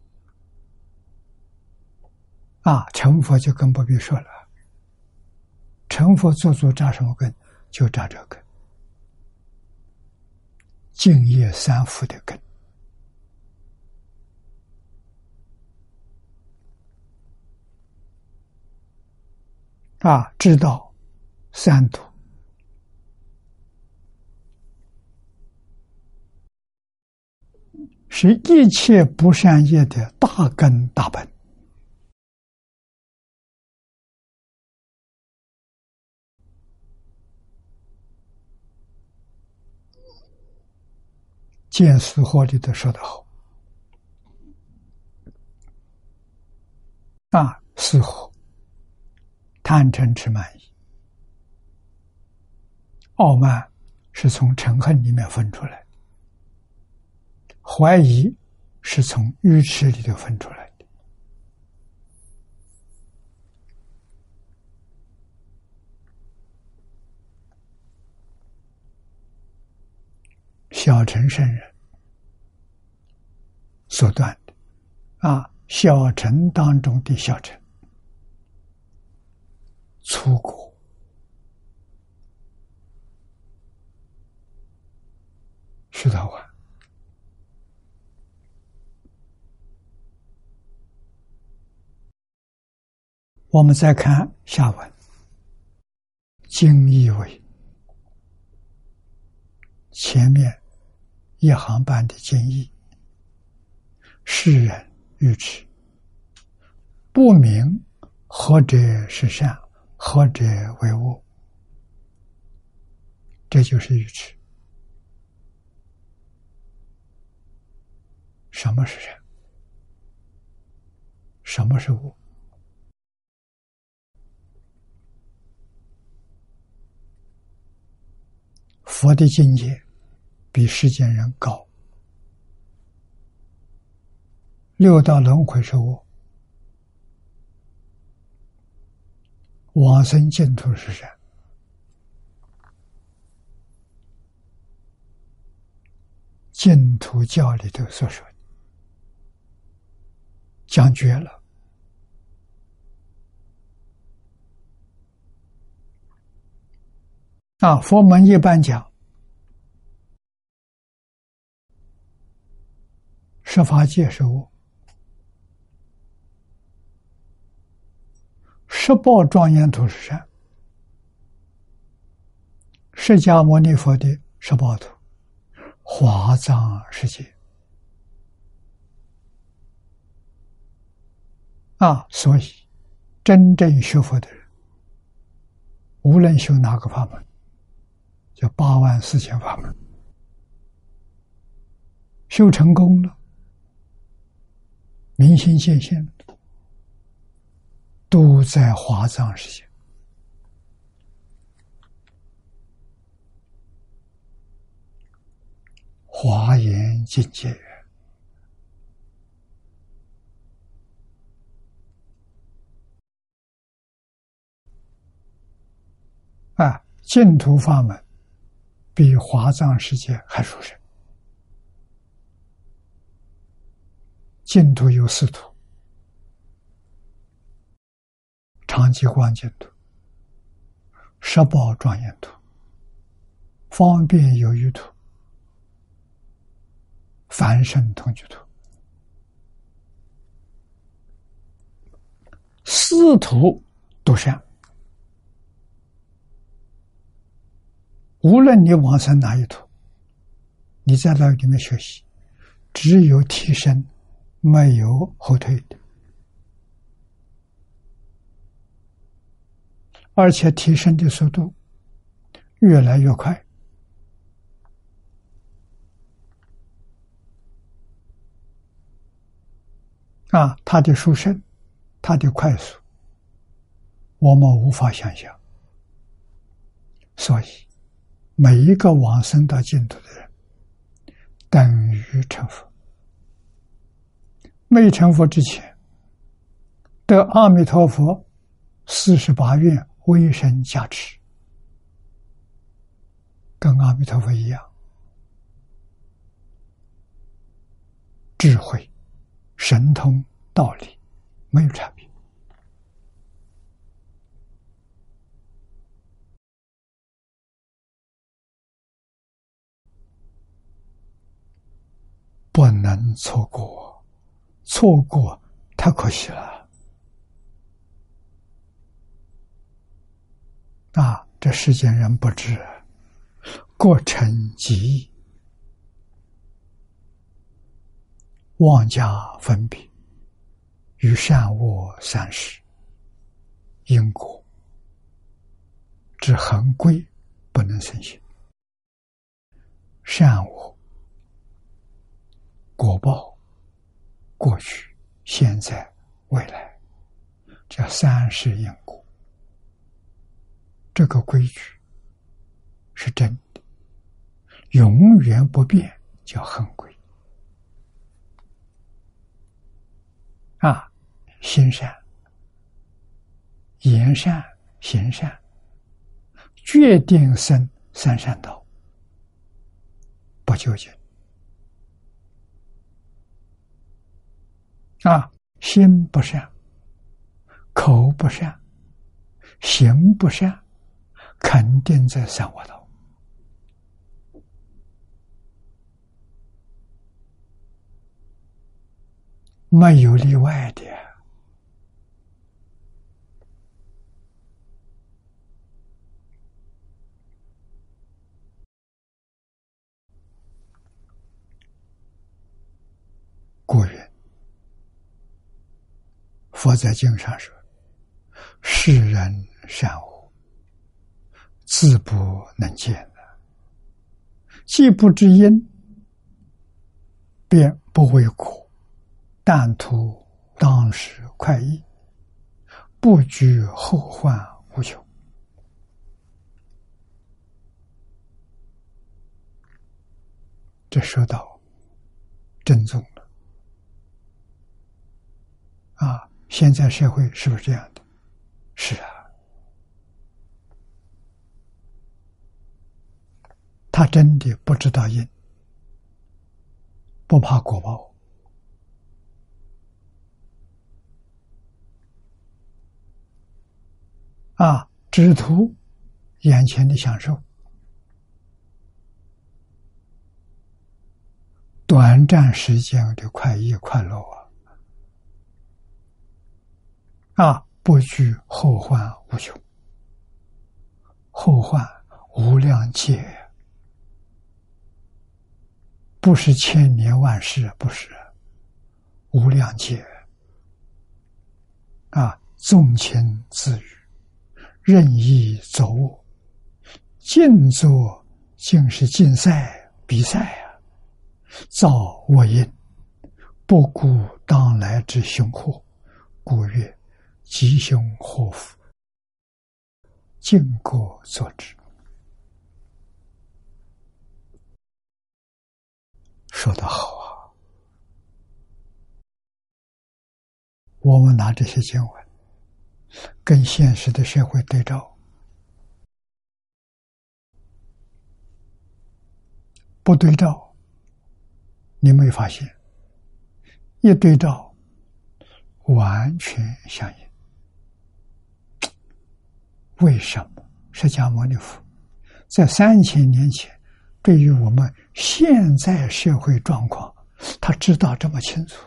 啊！啊，成佛就更不必说了，成佛做主扎什么根？就扎这根。净业三福的根啊，知道三毒是一切不善业的大根大本。见思惑里头说得好啊，思惑、贪嗔痴慢疑、傲慢是从嗔恨里面分出来的，怀疑是从愚痴里头分出来的。小乘圣人所断的啊，小乘当中的小乘，粗果、须陀洹，我们再看下文，经义为前面一行半的经义，世人愚痴，不明何者是善，何者为恶，这就是愚痴。什么是善？什么是恶？佛的境界比世间人高。六道轮回是恶，往生净土是善。净土教里头所说的讲绝了，啊，佛门一般讲十法界是恶，十报庄严土是善。释迦牟尼佛的十报土，华藏世界啊，所以真正学佛的人，无论修哪个法门，叫八万四千法门，修成功了，明心见性，都在华藏世界。华严境界啊，净土法门比华藏世界还殊胜。净土有四土：常寂光净土、十宝庄严土、方便有余土、凡圣同居土。四土都善，无论你往生哪一土，你在那里面学习，只有提升，没有后退的，而且提升的速度越来越快。啊，它的殊胜，它的快速，我们无法想象。所以，每一个往生到净土的人，等于成佛。未成佛之前，得阿弥陀佛四十八愿威神加持，跟阿弥陀佛一样，智慧、神通、道理没有差别。不能错过，错过太可惜了。啊，这世间人不知，各成己意，妄加分别，与善恶三世因果之恒规不能生信。善恶果报，过去、现在、未来，这三世因果，这个规矩是真的，永远不变，叫恒规。啊，心善、言善、行善，决定生三善道，不究竟。啊，心不善，口不善，行不善，肯定在三恶道。没有例外的。故云，佛在经上说，世人善恶，自不能见的，既不知因，便不为果，但图当时快意，不惧后患无穷。这说到正宗了。啊，现在社会是不是这样的？是啊，他真的不知道因，不怕果报。啊，只图眼前的享受，短暂时间的快意快乐啊！啊，不惧后患无穷，后患无量劫，不是千年万世，不是无量劫。 啊，纵情自娱，任意作恶，尽作竟是竞赛比赛啊！造恶因，不顾当来之凶祸，故曰吉凶祸福，尽过作之。说得好啊！我们拿这些经文跟现实的社会对照，不对照你没发现，一对照完全相应。为什么释迦牟尼佛在三千年前对于我们现在社会状况，他知道这么清楚？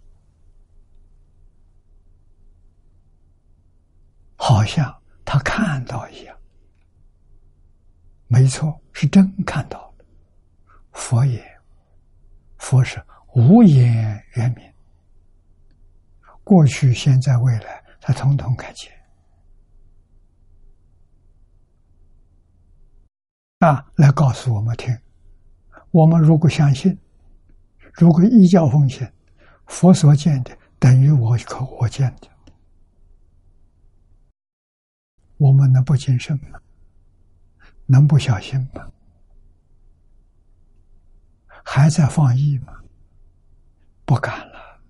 好像他看到一样。没错，是真看到的。佛言，佛是无言圆明，过去、现在、未来，他统统看见。啊，来告诉我们听，我们如果相信，如果依教奉行，佛所见的等于我可我见的，我们能不谨慎吗？能不小心吗？还在放逸吗？不敢了。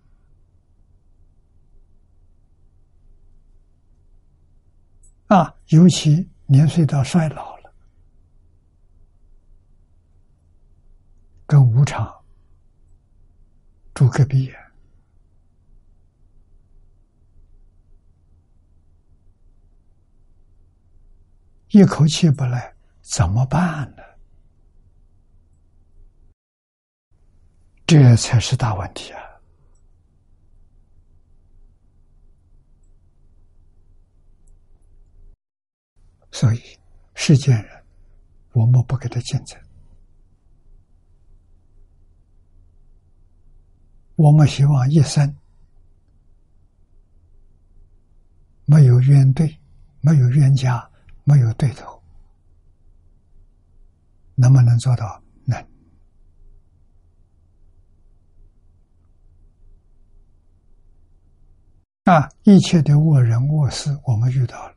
啊，尤其年岁到衰老了，跟无常住隔壁，一口气不来怎么办呢？这才是大问题啊！所以世间人我们不给他竞争，我们希望一生没有冤对，没有冤家，没有对头，能不能做到？能。啊，一切的恶人恶事我们遇到了，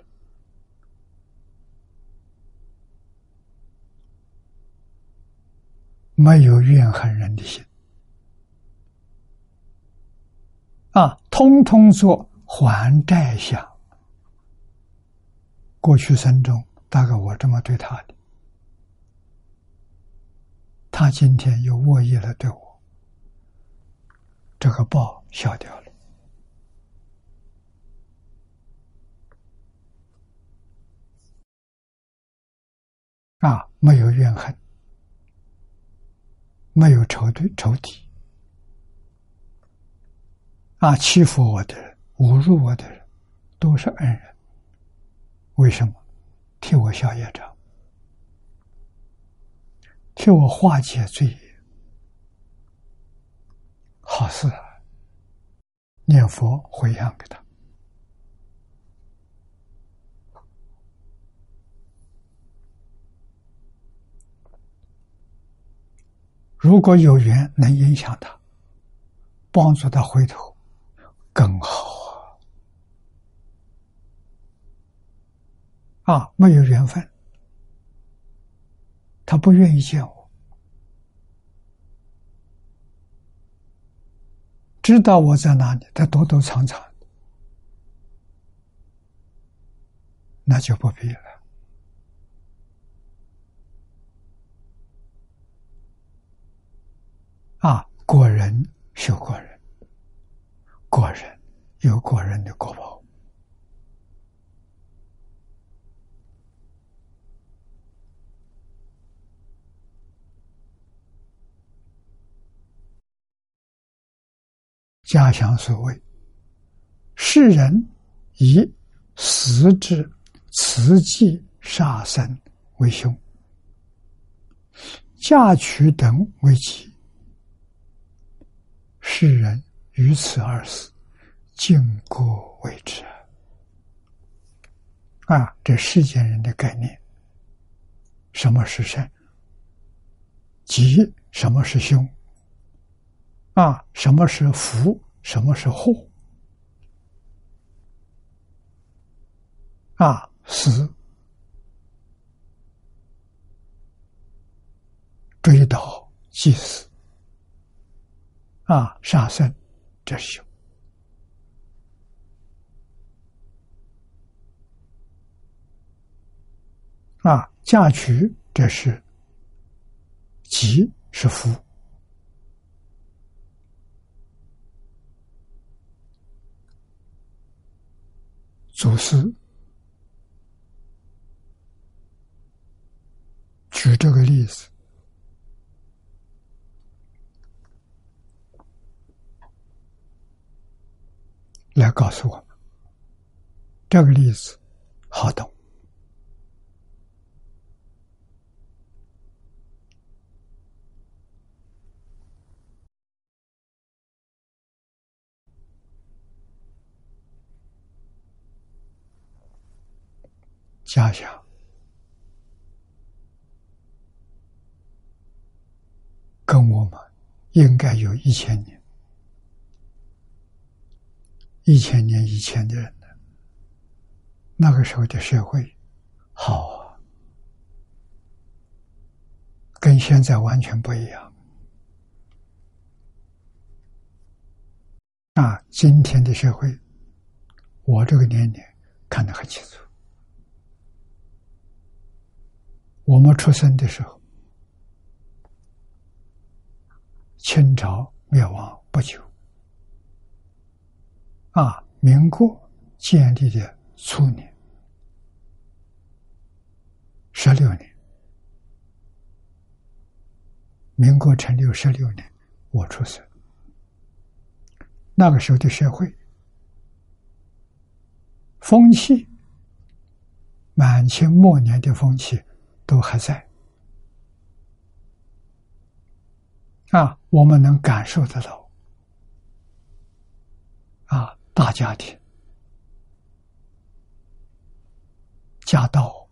没有怨恨人的心，啊，通通做还债相。过去生中大概我这么对他的，他今天又恶意了对我，这个报消掉了。啊，没有怨恨，没有仇对仇敌，啊，欺负我的人、侮辱我的人，都是恩人。为什么？替我消业障，替我化解罪业。好事啊！念佛回向给他。如果有缘能影响他，帮助他回头，更好啊！啊，没有缘分，他不愿意见我，知道我在哪里，他躲躲藏藏的，那就不必了。啊，过人修过人，过人有过人的果报。家乡所谓，世人以死之慈济杀生为凶，嫁娶等为吉。世人于此而死， 尽过为之啊！这世间人的概念，什么是善？吉，什么是凶？啊，什么是福？什么是祸？啊，死追悼祭祀，啊，杀生，这是凶。啊，嫁娶，这是吉，是福。祖师举这个例子来告诉我们，这个例子好懂。家乡跟我们应该有一千年，一千年以前的人呢，那个时候的社会好啊，跟现在完全不一样。啊，今天的社会，我这个年龄看得很清楚。我们出生的时候，清朝灭亡不久，啊，民国建立的初年，十六年，民国成立十六年，我出生。那个时候的社会风气，满清末年的风气都还在啊，我们能感受得到啊，大家庭、家道、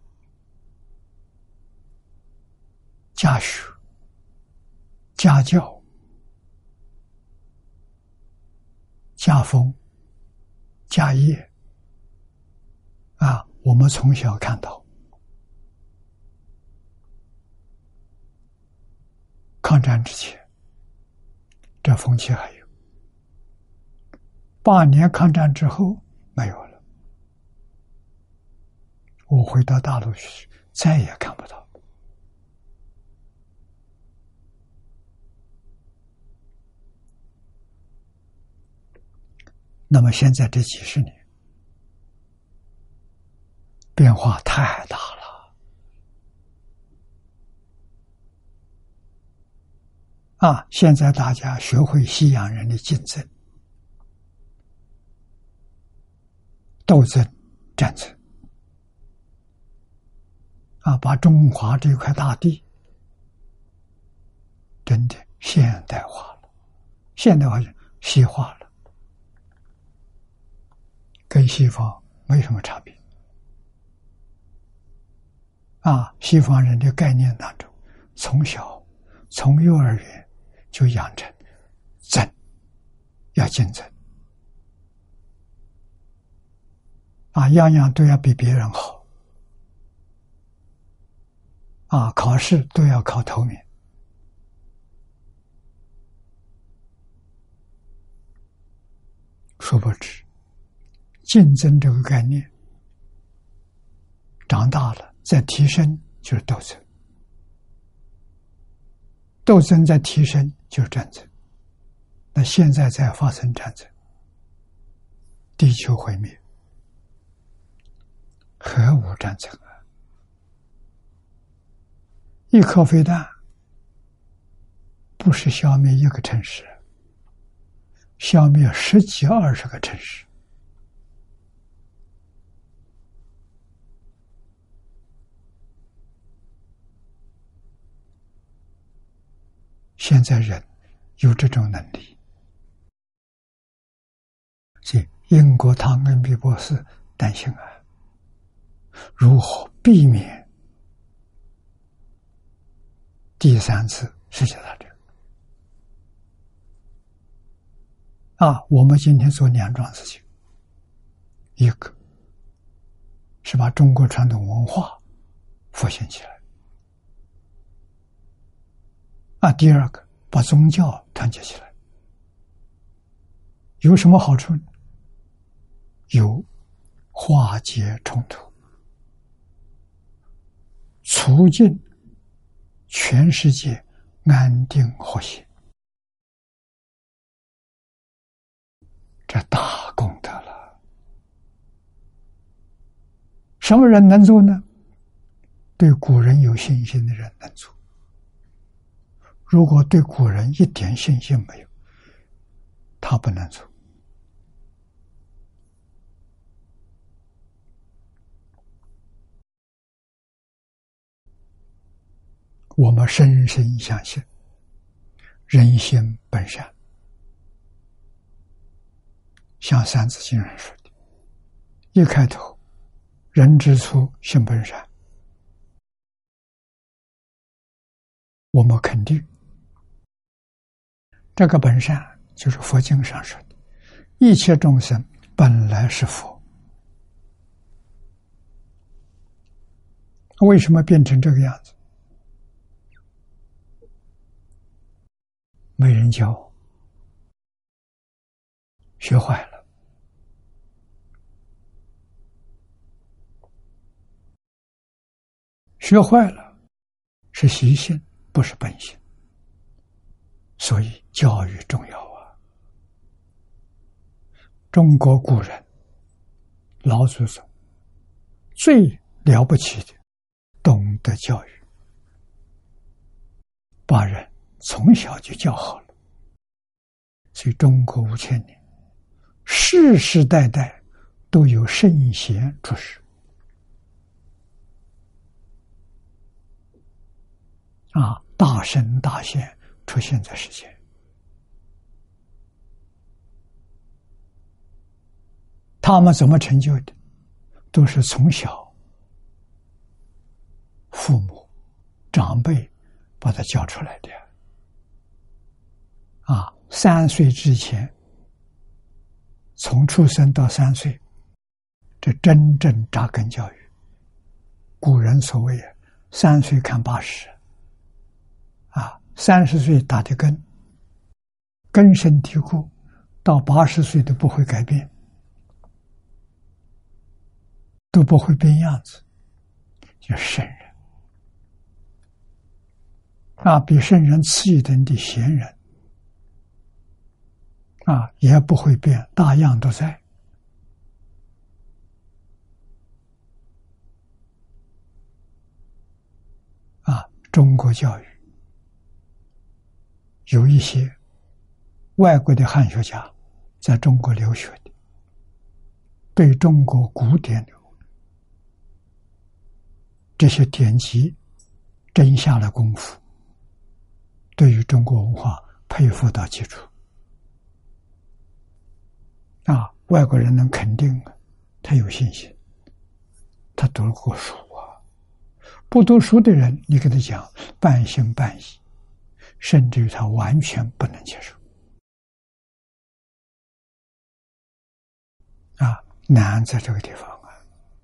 家学、家教、家风、家业啊，我们从小看到。抗战之前，这风气还有；八年抗战之后没有了。我回到大陆去，再也看不到。那么现在这几十年，变化太大了啊！现在大家学会西洋人的竞争、斗争、战争啊，把中华这块大地真的现代化了，现代化西化了，跟西方没什么差别啊！西方人的概念当中，从小从幼儿园就养成争，要竞争啊，样样都要比别人好啊，考试都要考头名。殊不知，竞争这个概念长大了再提升就是斗争，斗争再提升就是战争。那现在在发生战争，地球毁灭，核武战争啊！一颗飞弹不是消灭一个城市，消灭十几二十个城市。现在人有这种能力， 所以英国唐恩比博士担心啊，如何避免第三次世界大战？啊，我们今天做两桩事情，一个是把中国传统文化复兴起来，啊，第二个把宗教团结起来。有什么好处呢？有化解冲突，促进全世界安定和谐，这大功德了。什么人能做呢？对古人有信心的人能做。如果对古人一点信心没有，他不能做。我们深深相信人心本善，像三字经上说的，一开头人之初性本善，我们肯定这个本善就是佛经上说的，一切众生本来是佛。为什么变成这个样子？没人教，学坏了。学坏了是习性，不是本性，所以教育重要啊。中国古人老祖宗最了不起的，懂得教育，把人从小就教好了。所以中国五千年，世世代代都有圣贤出世啊，大圣大贤出现在世间。他们怎么成就的？都是从小父母长辈把他教出来的啊。三岁之前，从出生到三岁，这真正扎根教育。古人所谓三岁看八十啊，三十岁打的根，根深蒂固，到八十岁都不会改变，都不会变样子，叫圣人啊。比圣人次一等的贤人啊，也不会变，大样都在。啊，中国教育有一些外国的汉学家在中国留学的，对中国古典的这些典籍真下了功夫，对于中国文化佩服到基础。啊，外国人能肯定他有信心，他读过书啊。不读书的人，你跟他讲半信半疑，甚至于他完全不能接受。啊，难在这个地方啊。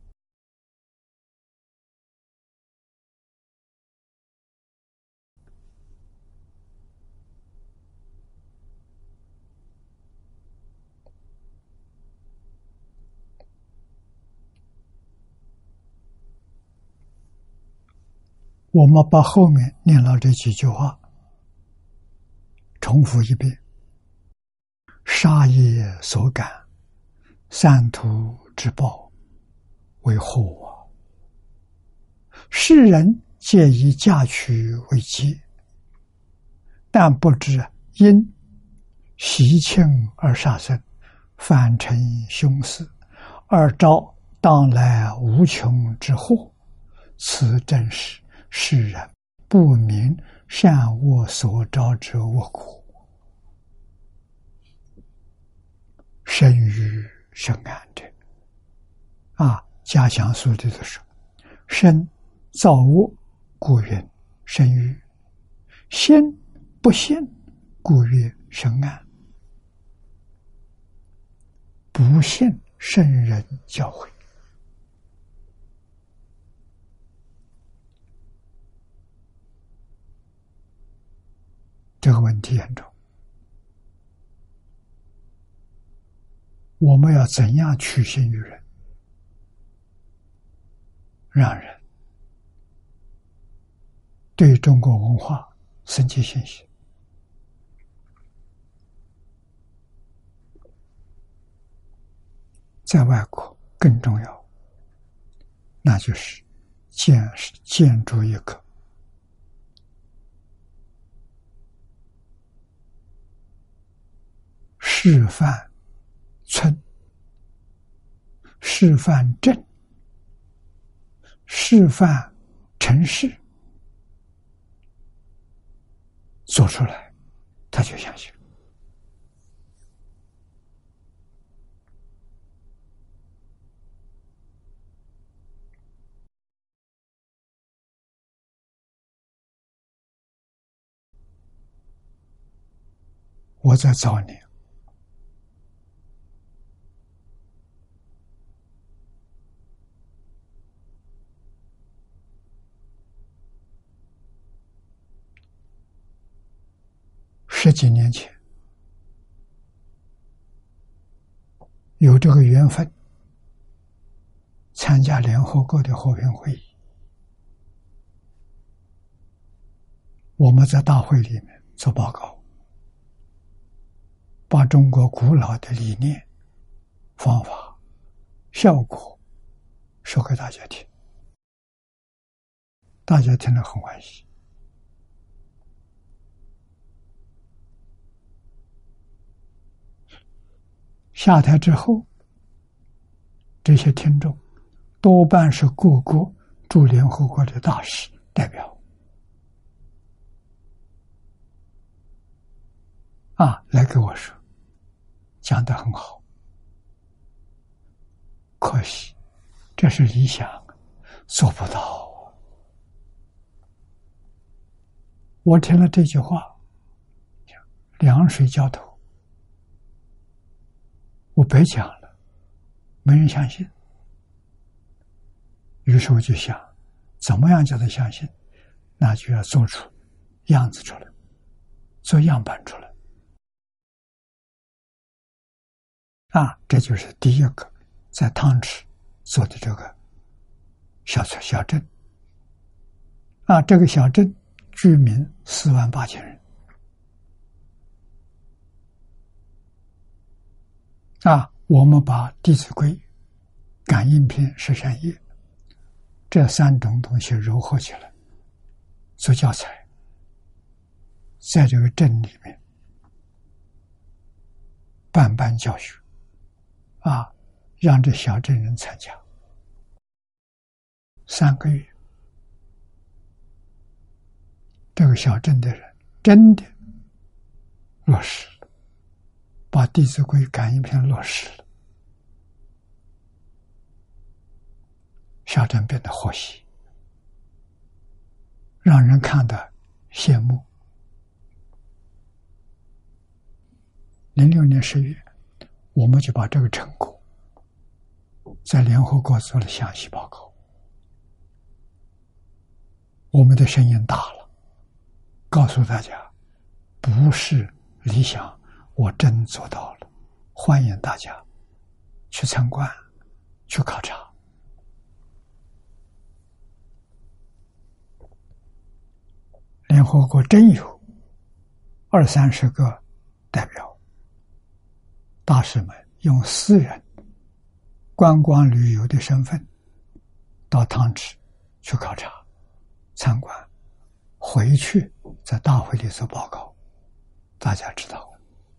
我们把后面念了这几句话重复一遍：杀业所感，三途之报为祸啊！世人皆以嫁娶为戒，但不知因习庆而杀生，反成凶事，而招当来无穷之祸。此正是世人不明善恶所招之恶果。谁生于深暗者。啊，家祥书里头说：“身造物，故曰生于；心不信，故曰深暗。”不信圣人教诲，这个问题严重。我们要怎样取信于人，让人对中国文化升起信心？在外国更重要，那就是建建筑一个示范村、示范镇、示范城市，做出来，他就相信。我在早年十几年前有这个缘分参加联合国的和平会议，我们在大会里面做报告，把中国古老的理念、方法、效果说给大家听，大家听了很欢喜。下台之后，这些听众多半是各国驻联合国的大使代表啊，来给我说，讲得很好，可惜这是理想，做不到。我听了这句话，凉水浇头。我白讲了，没人相信。于是我就想，怎么样叫他相信？那就要做出样子出来，做样板出来。啊，这就是第一个在汤池做的这个小村小镇。啊，这个小镇居民四万八千人。啊，我们把《弟子规》、感应篇、十善业这三种东西糅合起来做教材，在这个镇里面办班教学，啊，让这小镇人参加三个月，这个小镇的人真的落实了，把《弟子规》感应篇落实了，小镇变得和谐，让人看得羡慕。零六年十月，我们就把这个成果在联合国做了详细报告，我们的声音大了，告诉大家，不是理想，我真做到了，欢迎大家去参观，去考察。联合国真有二三十个代表大使们用私人观光旅游的身份到汤池去考察参观，回去在大会里做报告，大家知道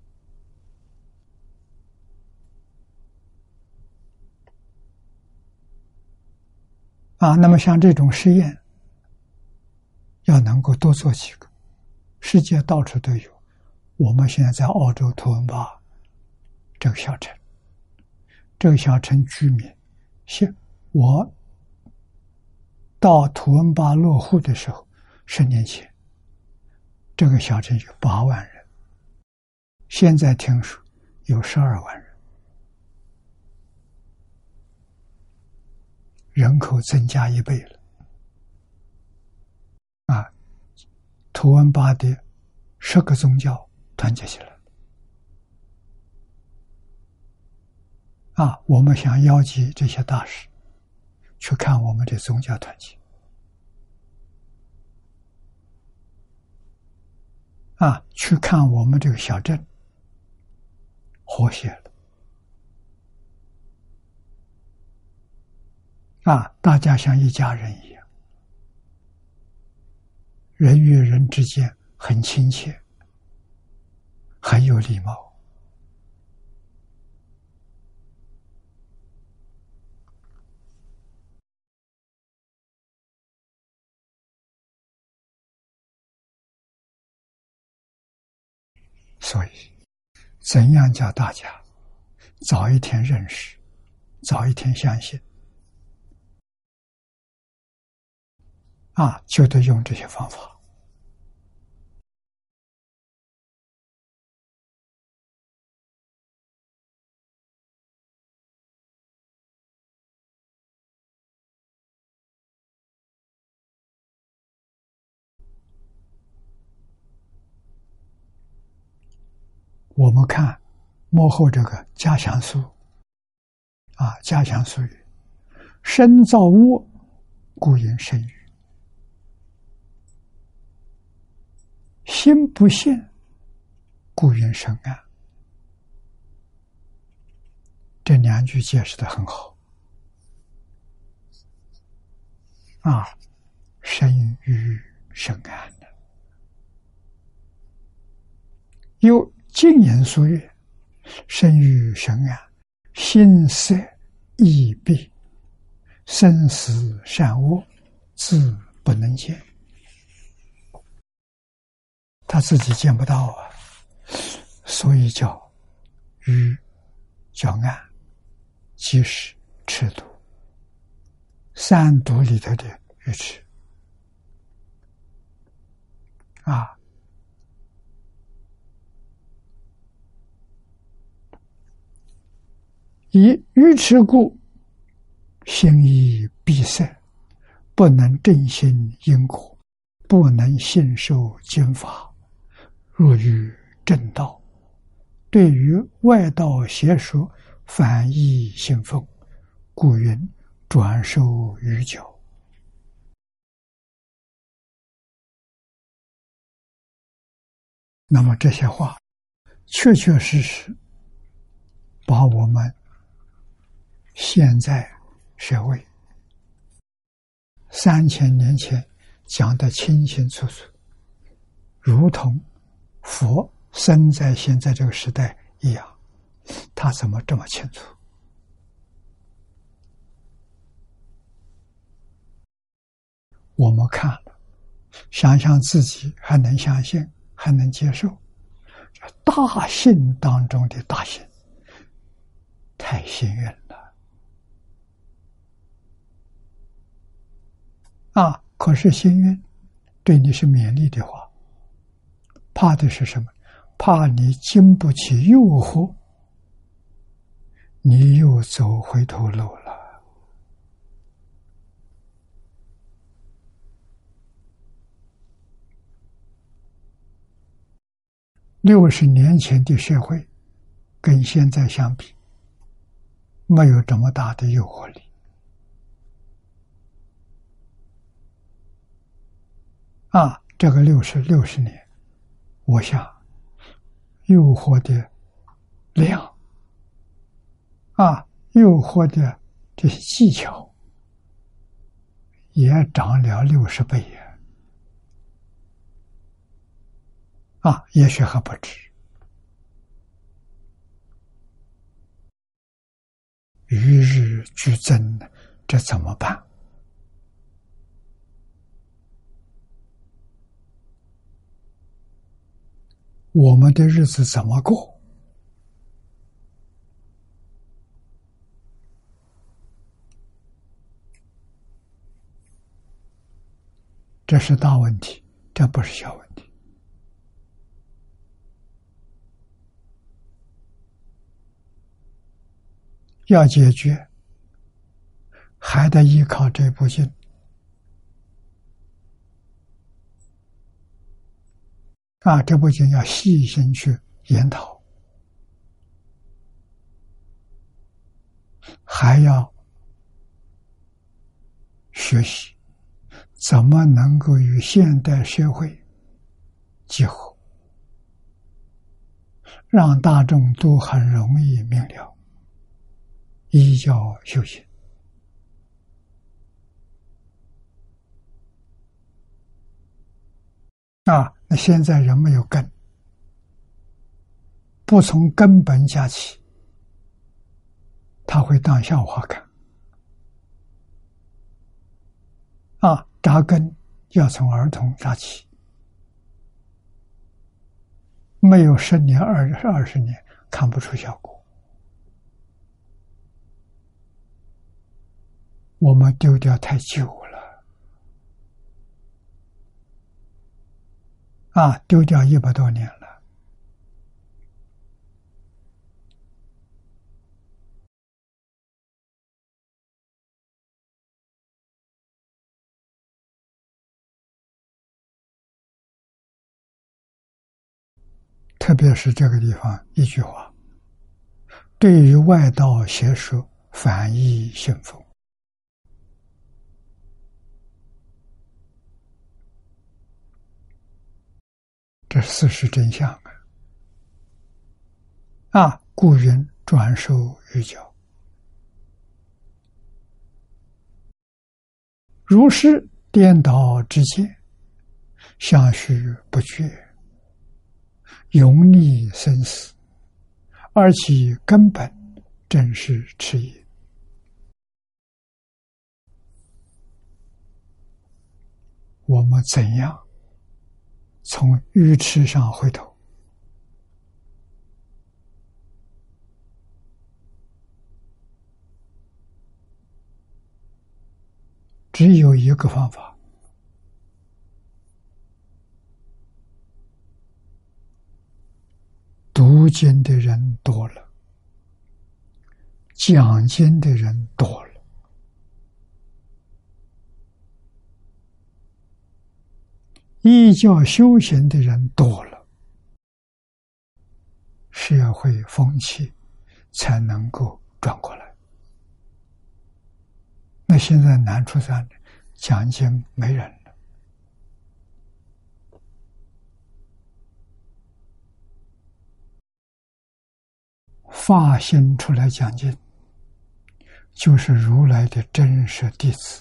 啊。那么像这种实验要能够多做几个，世界到处都有。我们现在在澳洲图文巴这个小镇这个小城居民，现我到图文巴落户的时候，十年前，这个小城有八万人，现在听说有十二万人，人口增加一倍了。啊，图文巴的十个宗教团结起来。啊，我们想邀集这些大师去看我们的宗教团体。啊，去看我们这个小镇和谐了。啊，大家像一家人一样，人与人之间很亲切，很有礼貌。所以，怎样叫大家早一天认识，早一天相信？啊，就得用这些方法。我们看幕后这个家祥书啊，家祥书语：身造物，故应生育；心不现，故应生安。这两句解释得很好啊，生育生安的。有静言书曰：生育生安，心色意闭，生死善恶，自不能见。他自己见不到啊，所以叫愚，叫暗，即是痴毒。三毒里头的愚痴啊。以愚痴故，心意闭塞，不能正信因果，不能信受经法。若于正道，对于外道邪说，反义信奉，故云转受愚教。那么这些话，确确实实把我们现在社会三千年前讲得清清楚楚，如同佛生在现在这个时代一样，他怎么这么清楚？我们看了，想想自己还能相信，还能接受，这大幸当中的大幸，太幸运了啊！可是幸运对你是勉励的话，怕的是什么？怕你经不起诱惑，你又走回头路了。六十年前的社会跟现在相比，没有这么大的诱惑力啊！这个六十六十年，我想诱惑的量啊，诱惑的这些技巧也涨了六十倍呀！啊，也许还不止。与日俱增，这怎么办？我们的日子怎么过？ 这是大问题，这不是小问题。要解决，还得依靠这部经。啊，这部经要细心去研讨，还要学习怎么能够与现代社会结合，让大众都很容易明了，依教修行。啊，那现在人没有根，不从根本讲起，他会当笑话看。啊，扎根要从儿童扎起，没有十年、二二十年看不出效果。我们丢掉太久了。啊，丢掉一百多年了。特别是这个地方一句话，对于外道邪说反义信奉，这是事实真相啊！啊，故云转授于教，如是颠倒之见，相续不绝，永逆生死，而其根本正是痴也。我们怎样从愚痴上回头？只有一个方法，读经的人多了，讲经的人多了，依教修行的人多了，社会风气才能够转过来。那现在难处在哪？讲经没人了，发心出来讲经，就是如来的真实弟子，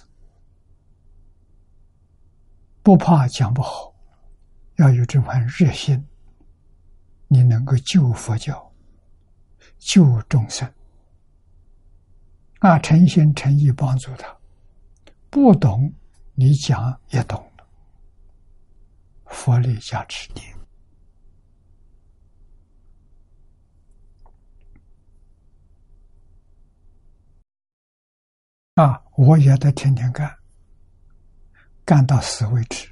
不怕讲不好，要有这番热心，你能够救佛教，救众生。啊，诚心诚意帮助他，不懂你讲也懂了，佛力加持你。啊，我也得天天干，干到死为止。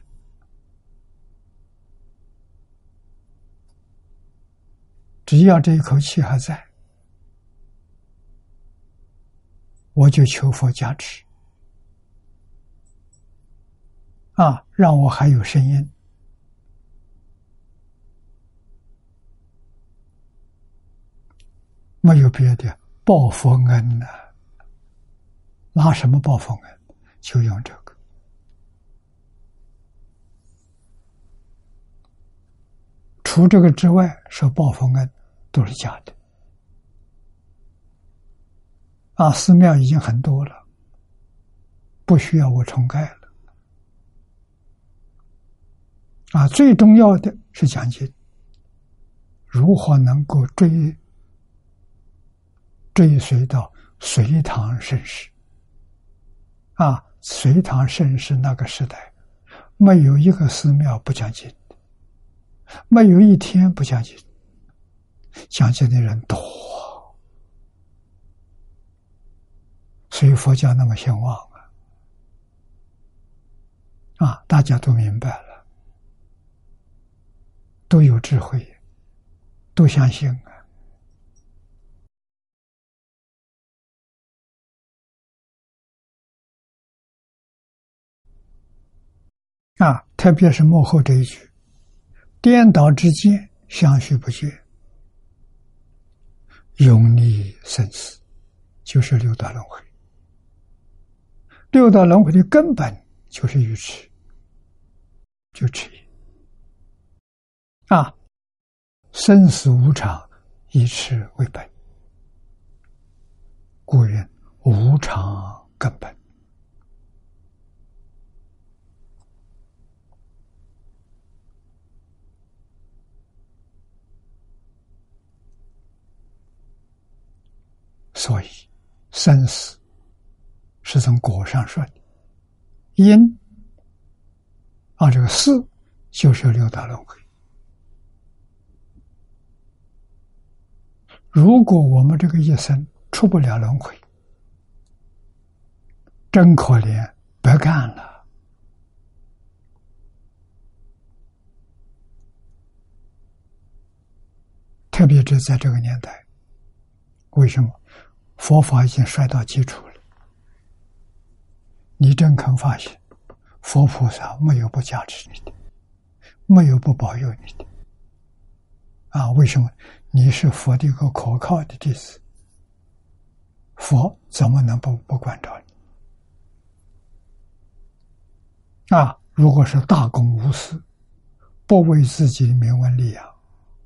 只要这一口气还在，我就求佛加持，啊，让我还有声音。没有别的，报佛恩呢、啊？拿什么报佛恩？就用这个。除这个之外，说报佛恩都是假的。啊，寺庙已经很多了，不需要我重盖了。啊，最重要的是讲经，如何能够追追随到隋唐盛世？啊，隋唐盛世那个时代，没有一个寺庙不讲经，没有一天不讲经，讲经的人多。所以佛教那么兴旺啊！ 啊，大家都明白了，都有智慧，都相信啊。啊，特别是幕后这一句：“颠倒之间，相续不绝，永离生死”，就是六道轮回。六道轮回的根本就是愚痴，就痴业啊！生死无常，以痴为本，故云无常根本。所以，生死是从果上说的，因啊，这个事就是六道轮回。如果我们这个一生出不了轮回，真可怜，白干了。特别是在这个年代，为什么？佛法已经衰到基础了。你真肯发现，佛菩萨没有不加持你的，没有不保佑你的。啊，为什么？你是佛的一个可靠的弟子，佛怎么能不不关照你？啊，如果是大公无私，不为自己的名闻利养，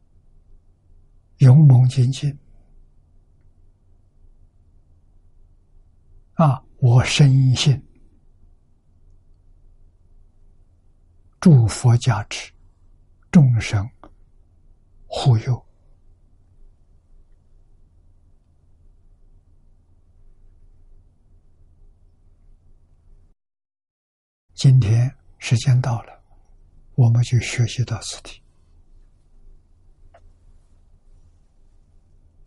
勇猛精进，啊，我深信诸佛加持，众生护佑。今天时间到了，我们就学习到此地。